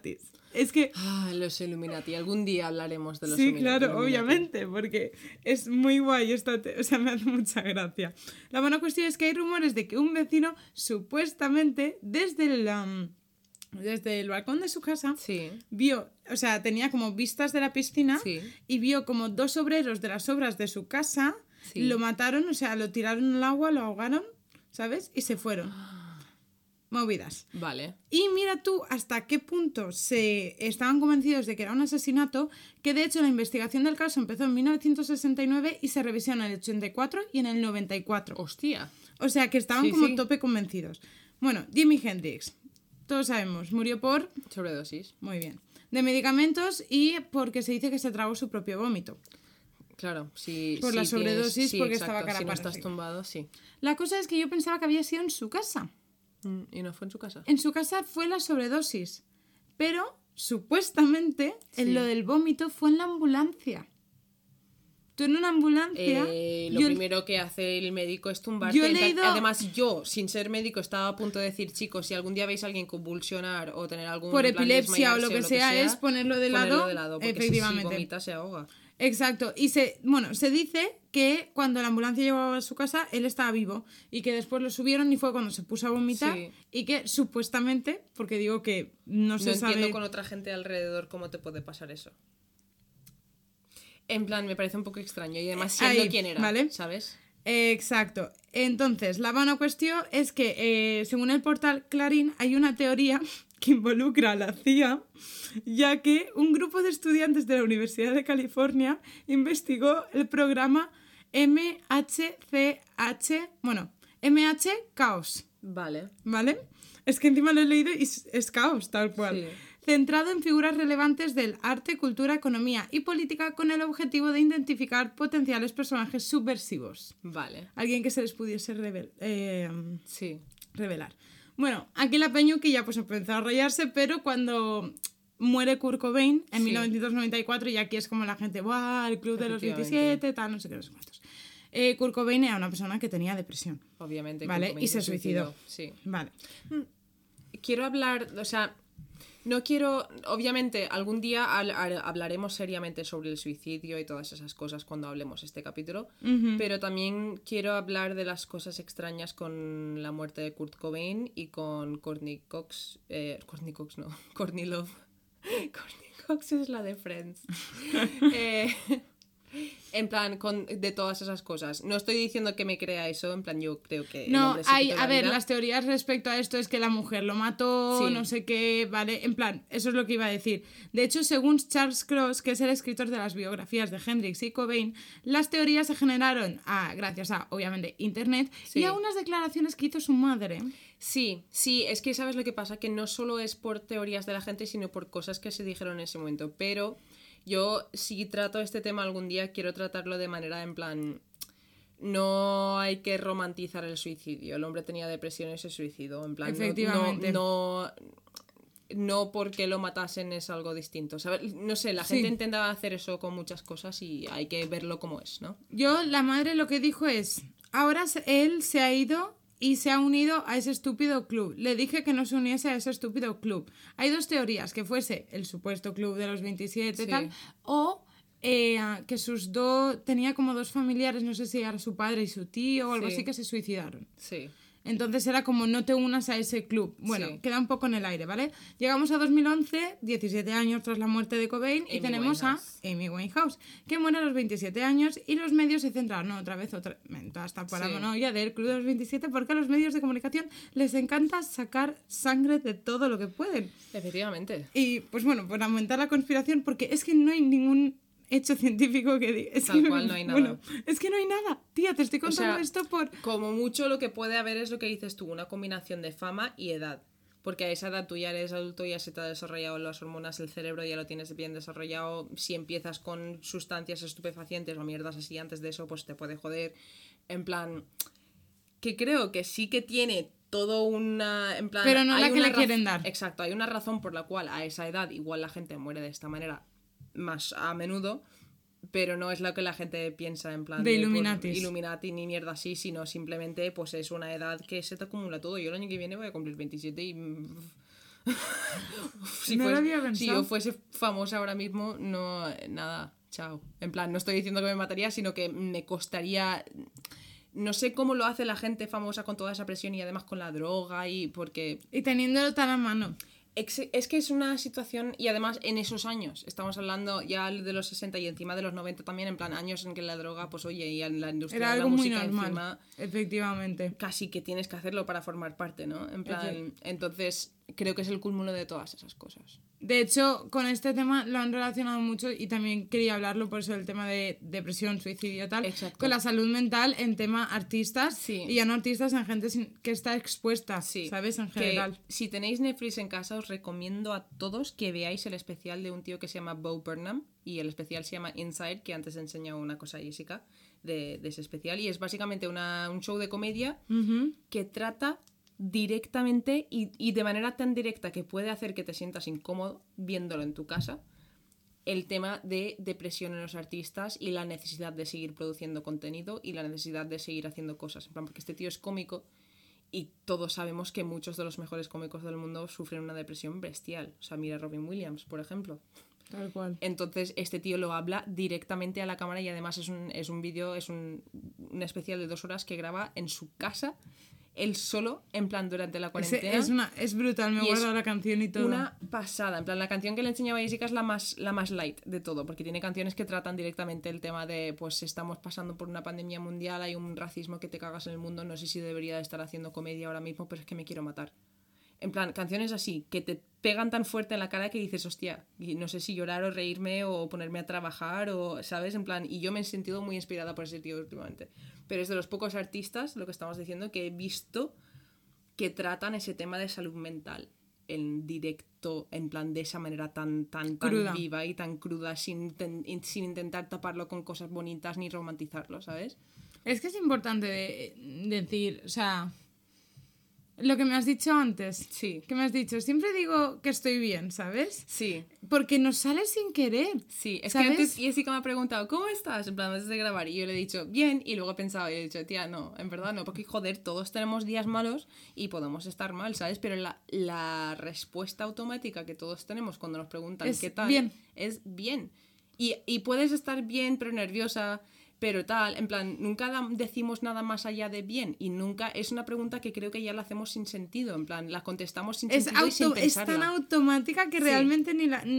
Es que... Los Illuminati. Algún día hablaremos de los Sí, Illuminati. claro, obviamente, porque es muy guay o sea, me hace mucha gracia. La buena cuestión es que hay rumores de que un vecino supuestamente desde el balcón de su casa Sí. vio, o sea, tenía como vistas de la piscina Sí. y vio como 2 obreros de las obras de su casa Sí. lo mataron, o sea, lo tiraron al agua, lo ahogaron, ¿sabes? Y se fueron. Movidas. Vale. Y mira tú hasta qué punto se estaban convencidos de que era un asesinato, que de hecho la investigación del caso empezó en 1969 y se revisó en el 84 y en el 94. Hostia. O sea que estaban Sí, como sí. tope convencidos. Bueno, Jimi Hendrix, todos sabemos, murió por... Sobredosis. Muy bien. De medicamentos y porque se dice que se tragó su propio vómito. Claro, si Por la tienes- sobredosis, porque exacto, estaba cara Si no para estás arriba. tumbado, sí. La cosa es que yo pensaba que había sido en su casa. ¿Y no fue en su casa? En su casa fue la sobredosis, pero supuestamente Sí. en lo del vómito fue en la ambulancia. Tú en una ambulancia... Lo yo- primero que hace el médico es tumbarte. Yo he En plan, leído- Además, yo, sin ser médico, estaba a punto de decir, chicos, si algún día veis a alguien convulsionar o tener algún por en plan, epilepsia o lo desmayarse que sea, es ponerlo de lado. porque Efectivamente. si vomita se ahoga. Exacto. Y se dice que cuando la ambulancia llegó a su casa, él estaba vivo y que después lo subieron y fue cuando se puso a vomitar Sí. y que supuestamente, porque digo que no No se entiendo sabe... con otra gente alrededor cómo te puede pasar eso. En plan, me parece un poco extraño. Y además, siendo Ahí, quién era, ¿vale? ¿sabes? Exacto. Entonces, la buena cuestión es que, según el portal Clarín, hay una teoría que involucra a la CIA, ya que un grupo de estudiantes de la Universidad de California investigó el programa MH Caos, Vale. ¿vale? Es que encima lo he leído y es caos, tal cual. Sí. Centrado en figuras relevantes del arte, cultura, economía y política con el objetivo de identificar potenciales personajes subversivos. Vale. Alguien que se les pudiese Sí. revelar. Bueno, aquí la peñuquilla pues empezó a rayarse, pero cuando muere Kurt Cobain en Sí. 1994 y aquí es como la gente, ¡buah! El club de los Efectivamente. 27, tal, no sé qué, no sé cuántos. Kurt Cobain era una persona que tenía depresión. Obviamente. Vale, Kurt Cobain y se suicidó. Sí. Vale. Quiero hablar, o sea, no quiero, obviamente, algún día hablaremos seriamente sobre el suicidio y todas esas cosas cuando hablemos este capítulo, pero también quiero hablar de las cosas extrañas con la muerte de Kurt Cobain y con Courtney Cox, Courtney Love. Courtney Cox es la de Friends. En plan, de todas esas cosas. No estoy diciendo que me crea eso, en plan, yo creo que... el No, hombre se hay, quitó a la ver, vida. las teorías respecto a esto es que la mujer lo mató, Sí. no sé qué, ¿vale? En plan, eso es lo que iba a decir. De hecho, según Charles Cross, que es el escritor de las biografías de Hendrix y Cobain, las teorías se generaron gracias a, obviamente, Internet Sí. y a unas declaraciones que hizo su madre. Sí, es que sabes lo que pasa, que no solo es por teorías de la gente, sino por cosas que se dijeron en ese momento, pero yo si trato este tema algún día quiero tratarlo de manera en plan, no hay que romantizar el suicidio, el hombre tenía depresión y se suicidó, en plan, Efectivamente. no porque lo matasen es algo distinto, ¿sabes? No sé, la Sí. gente intenta hacer eso con muchas cosas y hay que verlo como es, ¿no? La madre lo que dijo es, ahora él se ha ido y se ha unido a ese estúpido club. Le dije que no se uniese a ese estúpido club. Hay dos teorías, que fuese el supuesto club de los 27 y Sí. tal, o que tenía como 2 familiares, no sé si era su padre y su tío o algo Sí. así, que se suicidaron. Sí. Entonces era como no te unas a ese club. Bueno, Sí. queda un poco en el aire, ¿vale? Llegamos a 2011, 17 años tras la muerte de Cobain, y Amy tenemos Winehouse. a Amy Winehouse, que muere a los 27 años y los medios se centraron otra vez en toda esta paranoia del club de los 27 porque a los medios de comunicación les encanta sacar sangre de todo lo que pueden. Efectivamente. Y pues bueno, por aumentar la conspiración, porque es que no hay ningún hecho científico que diga... Tal cual, no hay nada. Bueno, es que no hay nada. Tía, te estoy contando sea, esto por... Como mucho lo que puede haber es lo que dices tú, una combinación de fama y edad. Porque a esa edad tú ya eres adulto, ya se te ha desarrollado las hormonas, el cerebro ya lo tienes bien desarrollado. Si empiezas con sustancias estupefacientes o mierdas así antes de eso, pues te puede joder. En plan, que creo que sí que tiene todo una... En plan, Pero no hay la que una le quieren dar. Exacto, hay una razón por la cual a esa edad igual la gente muere de esta manera más a menudo, pero no es lo que la gente piensa en plan De por Illuminatis. Illuminati ni mierda así, sino simplemente pues es una edad que se te acumula todo. Yo el año que viene voy a cumplir 27 y No lo había Si pensado. yo fuese famosa ahora mismo, no, nada, chao. En plan, no estoy diciendo que me mataría, sino que me costaría... No sé cómo lo hace la gente famosa con toda esa presión y además con la droga y porque... Y teniéndolo tan a mano. Es que es una situación, y además en esos años, estamos hablando ya de los 60 y encima de los 90 también, en plan años en que la droga, pues oye, y en la industria Era de la algo muy música normal, encima, efectivamente. casi que tienes que hacerlo para formar parte, ¿no? En plan, entonces creo que es el cúmulo de todas esas cosas. De hecho, con este tema lo han relacionado mucho y también quería hablarlo por eso del tema de depresión, suicidio tal, Exacto. con la salud mental en tema artistas Sí. y ya no artistas, en gente que está expuesta, Sí, ¿sabes? En que general. si tenéis Netflix en casa, os recomiendo a todos que veáis el especial de un tío que se llama Bo Burnham y el especial se llama Inside, que antes he enseñado una cosa a Jessica de ese especial y es básicamente un show de comedia que trata directamente y de manera tan directa que puede hacer que te sientas incómodo viéndolo en tu casa el tema de depresión en los artistas y la necesidad de seguir produciendo contenido y la necesidad de seguir haciendo cosas, en plan, porque este tío es cómico y todos sabemos que muchos de los mejores cómicos del mundo sufren una depresión bestial. O sea, mira a Robin Williams, por ejemplo. Tal cual. Entonces, este tío lo habla directamente a la cámara y además es un vídeo, es un especial de 2 horas que graba en su casa, él solo, en plan, durante la cuarentena. Es brutal, me he Y es guardado la canción y todo. Una pasada. En plan, la canción que le enseñaba a Jessica es la más light de todo, porque tiene canciones que tratan directamente el tema de, pues, estamos pasando por una pandemia mundial, hay un racismo que te cagas en el mundo, no sé si debería de estar haciendo comedia ahora mismo, pero es que me quiero matar. En plan, canciones así, que te pegan tan fuerte en la cara que dices, hostia, y no sé si llorar o reírme o ponerme a trabajar o, ¿sabes? En plan, y yo me he sentido muy inspirada por ese tío últimamente. Pero es de los pocos artistas, lo que estamos diciendo, que he visto que tratan ese tema de salud mental en directo, en plan, de esa manera tan Cruda. viva y tan cruda, sin intentar taparlo con cosas bonitas ni romantizarlo, ¿sabes? Es que es importante decir, o sea, lo que me has dicho antes. Sí. ¿Qué me has dicho? Siempre digo que estoy bien, ¿sabes? Sí. Porque nos sale sin querer. Sí, es ¿sabes? que antes Jessica me ha preguntado, ¿cómo estás? En plan, antes de grabar. Y yo le he dicho, bien. Y luego he pensado y he dicho, tía, no, en verdad no. Porque, joder, todos tenemos días malos y podemos estar mal, ¿sabes? Pero la respuesta automática que todos tenemos cuando nos preguntan Es qué tal bien. es bien. Y puedes estar bien, pero nerviosa, pero tal. En plan, nunca decimos nada más allá de bien. Y nunca, es una pregunta que creo que ya la hacemos sin sentido. En plan, la contestamos sin sentido y sin Es pensarla. tan automática que Sí. realmente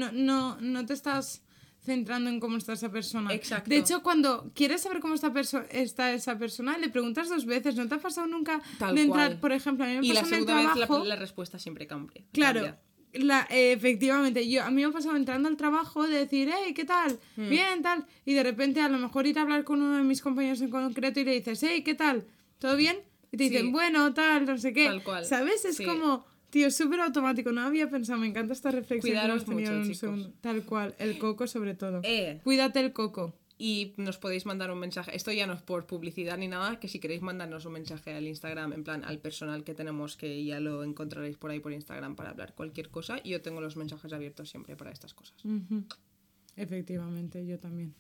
no te estás centrando en cómo está esa persona. Exacto. De hecho, cuando quieres saber cómo está esa persona, le preguntas 2 veces. ¿No te ha pasado nunca Tal de entrar, cual. por ejemplo, a mí me Y pasó la en el segunda vez trabajo... la respuesta siempre cambia. Claro, Cambia. efectivamente, a mí me ha pasado entrando al trabajo de decir, hey, ¿qué tal? Bien, tal. Y de repente a lo mejor ir a hablar con uno de mis compañeros en concreto y le dices, hey, ¿qué tal? ¿Todo bien? Y te dicen, Sí. bueno, tal, no sé qué. Tal cual. ¿Sabes? Es Sí. como, tío, es súper automático. No había pensado, me encanta esta reflexión. que Cuidaros hemos tenido mucho, en un chicos. segundo. Tal cual, el coco sobre todo. Eh. Cuídate el coco. Y nos podéis mandar un mensaje. Esto ya no es por publicidad ni nada, que si queréis mandarnos un mensaje al Instagram, en plan al personal que tenemos, que ya lo encontraréis por ahí por Instagram para hablar cualquier cosa. Y yo tengo los mensajes abiertos siempre para estas cosas. Ujú. Efectivamente, yo también.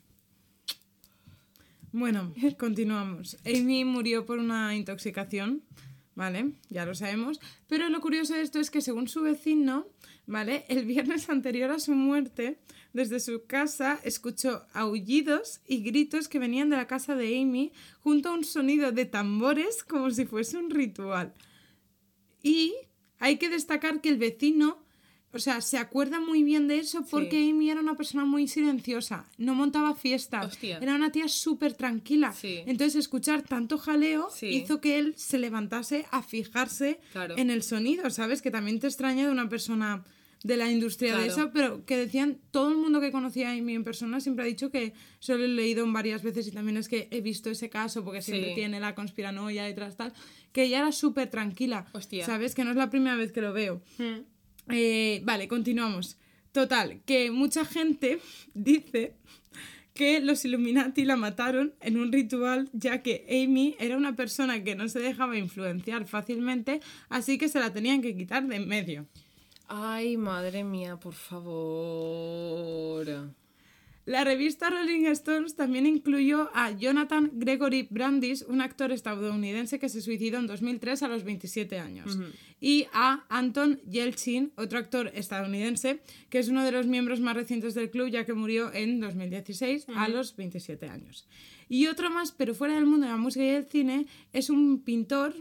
Bueno, continuamos. Amy murió por una intoxicación, ¿vale? Ya lo sabemos. Pero lo curioso de esto es que según su vecino, ¿vale? El viernes anterior a su muerte, desde su casa escuchó aullidos y gritos que venían de la casa de Amy junto a un sonido de tambores como si fuese un ritual. Y hay que destacar que el vecino, o sea, se acuerda muy bien de eso porque Amy era una persona muy silenciosa, no montaba fiestas, Hostia. era una tía súper tranquila. Sí. Entonces escuchar tanto jaleo Sí. hizo que él se levantase a fijarse Claro. en el sonido, ¿sabes? Que también te extraña de una persona de la industria de Claro. eso, pero que decían, todo el mundo que conocía a Amy en persona siempre ha dicho que solo he leído en varias veces y también es que he visto ese caso porque siempre Sí. tiene la conspiranoia detrás tal, que ella era súper tranquila, Hostia. ¿sabes? Que no es la primera vez que lo veo. Vale, continuamos. Total, que mucha gente dice que los Illuminati la mataron en un ritual, ya que Amy era una persona que no se dejaba influenciar fácilmente, así que se la tenían que quitar de en medio. Ay, madre mía, por favor. La revista Rolling Stones también incluyó a Jonathan Gregory Brandis, un actor estadounidense que se suicidó en 2003 a los 27 años, y a Anton Yelchin, otro actor estadounidense, que es uno de los miembros más recientes del club, ya que murió en 2016 a los 27 años. Y otro más, pero fuera del mundo de la música y el cine, es un pintor,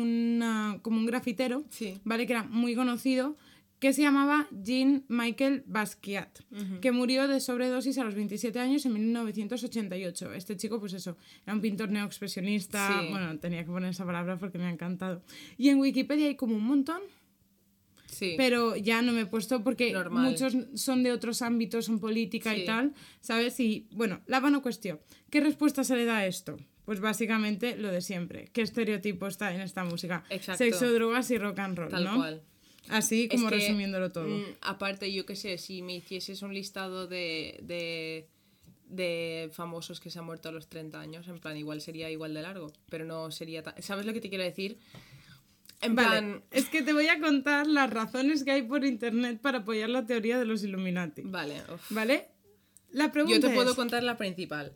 como un grafitero, Sí. ¿vale? Que era muy conocido, que se llamaba Jean-Michel Basquiat, que murió de sobredosis a los 27 años en 1988. Este chico, pues eso, era un pintor neoexpresionista, Sí. bueno, tenía que poner esa palabra porque me ha encantado. Y en Wikipedia hay como un montón, Sí. pero ya no me he puesto porque Normal. muchos son de otros ámbitos, son política Sí. y tal, ¿sabes? Y bueno, la vano cuestión, ¿qué respuesta se le da a esto? Pues básicamente lo de siempre. ¿Qué estereotipo está en esta música? Exacto. Sexo, drogas y rock and roll, Tal ¿no? cual. Así como Es que, resumiéndolo todo. Aparte, yo qué sé, si me hicieses un listado de famosos que se han muerto a los 30 años, en plan, igual sería igual de largo, pero no sería tan... ¿Sabes lo que te quiero decir? En Vale, plan... es que te voy a contar las razones que hay por internet para apoyar la teoría de los Illuminati. Vale, uf. ¿Vale? La pregunta Yo te puedo es... contar la principal.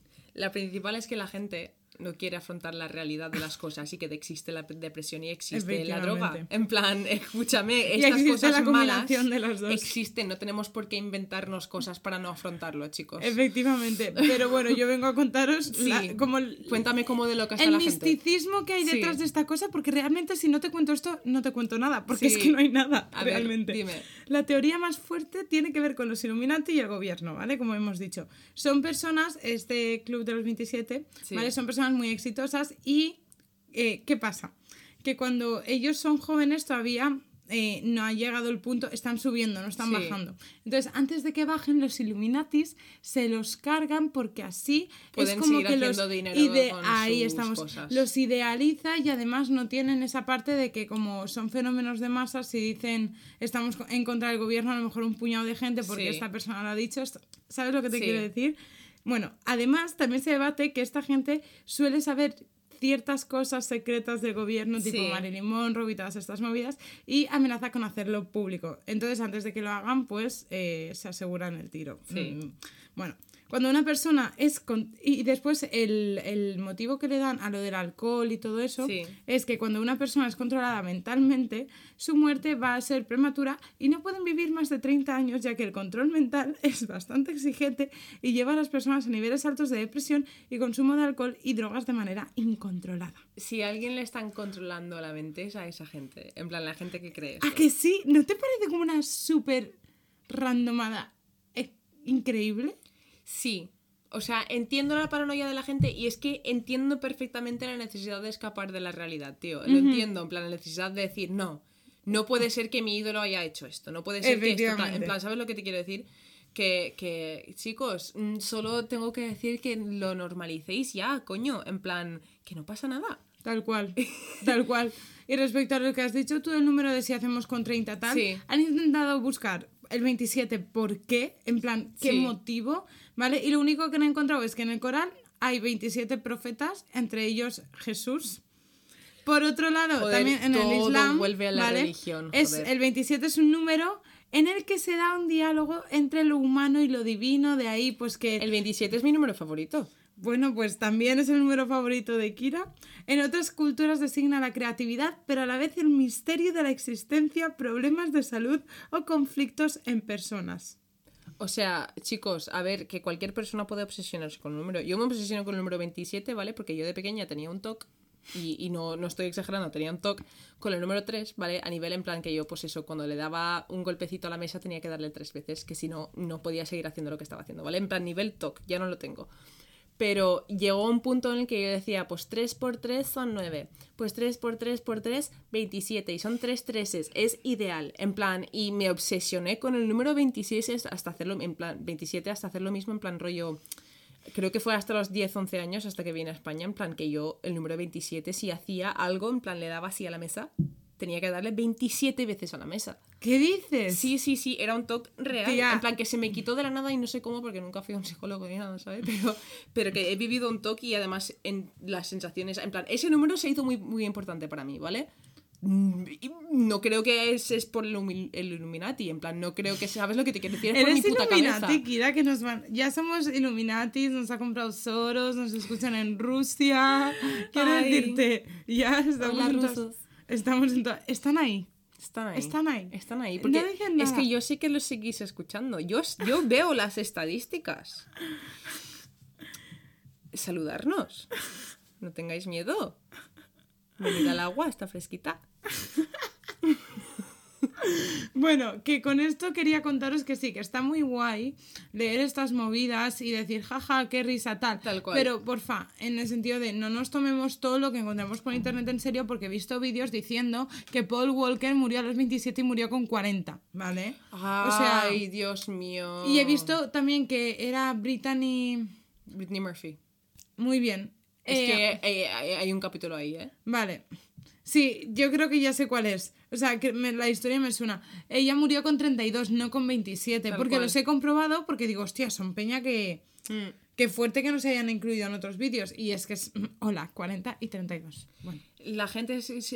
La principal es que la gente no quiere afrontar la realidad de las cosas y que existe la depresión y existe la droga. Efectivamente. En plan, escúchame, Y estas existe cosas la malas combinación de las dos. existen, no tenemos por qué inventarnos cosas para no afrontarlo, chicos. Efectivamente. Pero bueno, yo vengo a contaros Sí. como Cuéntame cómo de loca está el la gente. misticismo que hay Sí. detrás de esta cosa, porque realmente si no te cuento esto, no te cuento nada, porque Sí. es que no hay nada, A ver, realmente. dime. La teoría más fuerte tiene que ver con los Illuminati y el gobierno, ¿vale? Como hemos dicho. Son personas, este club de los 27, Sí. ¿vale? Son personas muy exitosas y ¿qué pasa? Que cuando ellos son jóvenes todavía no ha llegado el punto, están subiendo, no están Sí. bajando. Entonces, antes de que bajen los Illuminatis, se los cargan porque así Pueden es como seguir que los haciendo dinero con ahí sus estamos. cosas. Los idealiza y además no tienen esa parte de que como son fenómenos de masas, si dicen estamos en contra del gobierno, a lo mejor un puñado de gente porque Sí. esta persona lo ha dicho. ¿Sabes lo que te Sí. quiero decir? Bueno, además también se debate que esta gente suele saber ciertas cosas secretas del gobierno, tipo Sí. Marilyn Monroe y todas estas movidas, y amenaza con hacerlo público. Entonces, antes de que lo hagan, pues se aseguran el tiro. Sí. Bueno, cuando una persona es... Y después el motivo que le dan a lo del alcohol y todo eso Sí. es que cuando una persona es controlada mentalmente, su muerte va a ser prematura y no pueden vivir más de 30 años, ya que el control mental es bastante exigente y lleva a las personas a niveles altos de depresión y consumo de alcohol y drogas de manera incontrolada. Si a alguien le están controlando la mente es a esa gente. En plan, la gente que cree eso. ¿A que sí? ¿No te parece como una súper randomada increíble? Sí. O sea, entiendo la paranoia de la gente y es que entiendo perfectamente la necesidad de escapar de la realidad, tío. Lo entiendo, en plan, la necesidad de decir, no puede ser que mi ídolo haya hecho esto, no puede ser que esto... Efectivamente. En plan, ¿sabes lo que te quiero decir? Que chicos, solo tengo que decir que lo normalicéis ya, coño. En plan, que no pasa nada. Tal cual, tal cual. Y respecto a lo que has dicho tú, el número de si hacemos con 30 tal, Sí. han intentado buscar el 27 por qué, en plan, qué Sí. motivo, ¿vale? Y lo único que han encontrado es que en el Corán hay 27 profetas, entre ellos Jesús. Por otro lado, Joder, también en el todo Islam, vuelve a la ¿vale? religión, Es, joder. el 27 es un número en el que se da un diálogo entre lo humano y lo divino, de ahí pues que... El 27 es mi número favorito. Bueno, pues también es el número favorito de Kira. En otras culturas designa la creatividad, pero a la vez el misterio de la existencia, problemas de salud o conflictos en personas. O sea, chicos, a ver, que cualquier persona puede obsesionarse con un número. Yo me obsesiono con el número 27, ¿vale? Porque yo de pequeña tenía un TOC, y no estoy exagerando, tenía un TOC con el número 3, ¿vale? A nivel en plan que yo, pues eso, cuando le daba un golpecito a la mesa tenía que darle 3 veces, que si no, no podía seguir haciendo lo que estaba haciendo, ¿vale? En plan nivel TOC, ya no lo tengo. Pero llegó un punto en el que yo decía, pues 3 por 3 son 9, pues 3 por 3 por 3, 27, y son 3 treses, es ideal, en plan, y me obsesioné con el número 26 hasta hacerlo, en plan, 27 hasta hacer lo mismo, en plan rollo, creo que fue hasta los 10, 11 años, hasta que vine a España, en plan que yo, el número 27, si hacía algo, en plan le daba así a la mesa, tenía que darle 27 veces a la mesa. ¿Qué dices? Sí, era un TOC real. Tía. En plan, que se me quitó de la nada y no sé cómo, porque nunca fui a un psicólogo ni nada, ¿sabes? Pero que he vivido un TOC y además en las sensaciones... En plan, ese número se hizo muy, muy importante para mí, ¿vale? no creo que es por el Illuminati, en plan, no creo que sabes lo que te quiero decir, es por Eres mi puta Illuminati, cabeza. Kira, que nos van... Ya somos Illuminati, nos ha comprado Soros, nos escuchan en Rusia. Quiero Ay. decirte, ya estamos Hola, en todas... rusos. Están ahí. Están ahí. Están ahí. Están ahí. No Porque dicen es nada. que yo sé que los seguís escuchando. Yo veo las estadísticas. Saludarnos. No tengáis miedo. Venid al agua, está fresquita. Bueno, que con esto quería contaros que sí, que está muy guay leer estas movidas y decir, jaja, qué risa, tal. Tal cual. Pero, porfa, en el sentido de no nos tomemos todo lo que encontramos por internet en serio, porque he visto vídeos diciendo que Paul Walker murió a los 27 y murió con 40, ¿vale? Ay, Dios mío. Y he visto también que era Brittany... Britney Murphy. Muy bien. Es que hay un capítulo ahí, ¿eh? Vale. Sí, yo creo que ya sé cuál es. O sea, que la historia me suena. Ella murió con 32, no con 27. Tal porque cual. los he comprobado porque digo, hostia, son peña que... Qué fuerte que no se hayan incluido en otros vídeos. Y es que es... Hola, 40 y 32. Bueno. La gente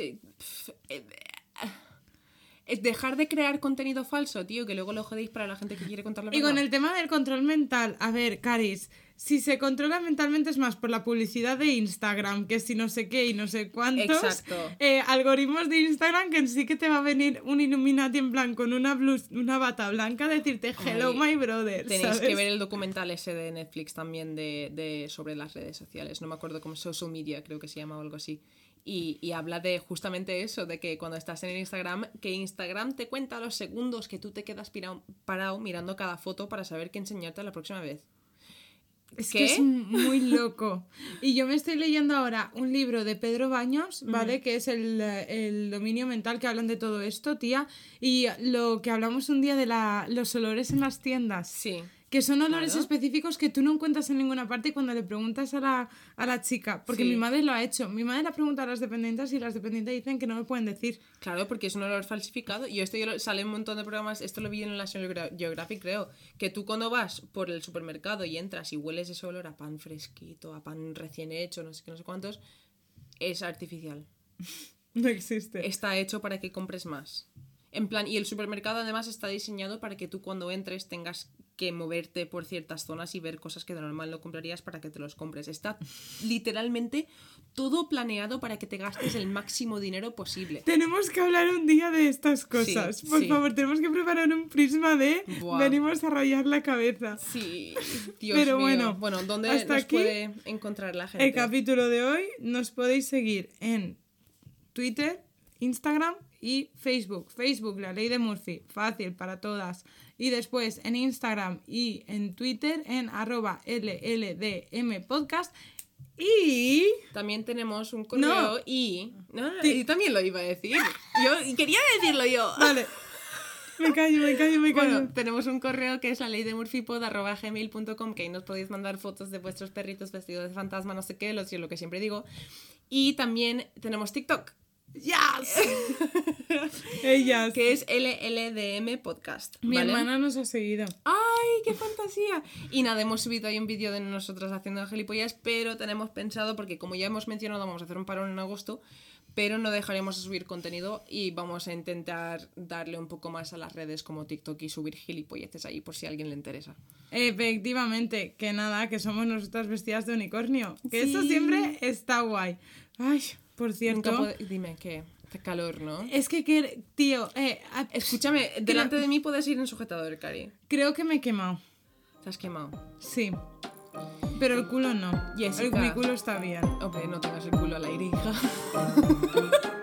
es dejar de crear contenido falso, tío, que luego lo jodéis para la gente que quiere contar la Y verdad. con el tema del control mental, a ver, Caris, si se controla mentalmente es más por la publicidad de Instagram, que si no sé qué y no sé cuántos. Exacto. Algoritmos de Instagram que en sí que te va a venir un Illuminati en plan con una bata blanca a decirte hello Ay, my brother. Tenéis ¿sabes? que ver el documental ese de Netflix también de sobre las redes sociales. No me acuerdo cómo, Social Media creo que se llama o algo así. Y habla de justamente eso, de que cuando estás en el Instagram, que Instagram te cuenta los segundos que tú te quedas parado mirando cada foto para saber qué enseñarte la próxima vez. Es ¿Qué? que es muy loco. Y yo me estoy leyendo ahora un libro de Pedro Baños, ¿vale? Que es el dominio mental, que hablan de todo esto, tía. Y lo que hablamos un día de los olores en las tiendas. Sí. Que son olores Claro. específicos que tú no encuentras en ninguna parte, y cuando le preguntas a la chica, porque Sí. mi madre lo ha hecho, mi madre le ha preguntado a las dependientes y las dependientes dicen que no lo pueden decir. Claro, porque es un olor falsificado. Y sale en un montón de programas, esto lo vi en National Geographic, creo, que tú cuando vas por el supermercado y entras y hueles ese olor a pan fresquito, a pan recién hecho, no sé qué, no sé cuántos, es artificial. No existe. Está hecho para que compres más. En plan, y el supermercado además está diseñado para que tú cuando entres tengas que moverte por ciertas zonas y ver cosas que de normal no comprarías para que te los compres. Está literalmente todo planeado para que te gastes el máximo dinero posible. Tenemos que hablar un día de estas cosas. Sí, Por sí. favor, tenemos que preparar un prisma de Buah. venimos a rayar la cabeza. Sí, Dios Pero mío. bueno, ¿dónde hasta nos aquí puede encontrar la gente? El capítulo de hoy nos podéis seguir en Twitter, Instagram y Facebook. Facebook, la ley de Murphy, fácil para todas. Y después en Instagram y en Twitter en @LLDMpodcast. Y... También tenemos un correo No. y también lo iba a decir. Y quería decirlo yo. Vale. Me callo. Bueno, tenemos un correo que es la leydemurphypod@gmail.com, que ahí nos podéis mandar fotos de vuestros perritos vestidos de fantasma, no sé qué, lo que siempre digo. Y también tenemos TikTok, ¡Yes! Ellas. que es LLDM Podcast. Mi ¿vale? hermana nos ha seguido. ¡Ay, qué fantasía! Y nada, hemos subido ahí un vídeo de nosotros haciendo gilipollas, pero tenemos pensado, porque como ya hemos mencionado, vamos a hacer un parón en agosto, pero no dejaremos de subir contenido y vamos a intentar darle un poco más a las redes como TikTok y subir gilipolleces ahí por si a alguien le interesa. Efectivamente, que nada, que somos nosotras vestidas de unicornio. Que Sí. eso siempre está guay. Ay, por cierto. Dime, ¿qué? Hace calor, ¿no? Es que, tío, Escúchame, delante de mí puedes ir en sujetador, Cari. creo que me he quemado. Te has quemado. Sí. Pero el culo no. Jessica. Mi culo está bien. Hombre, no tengas el culo al aire, hija.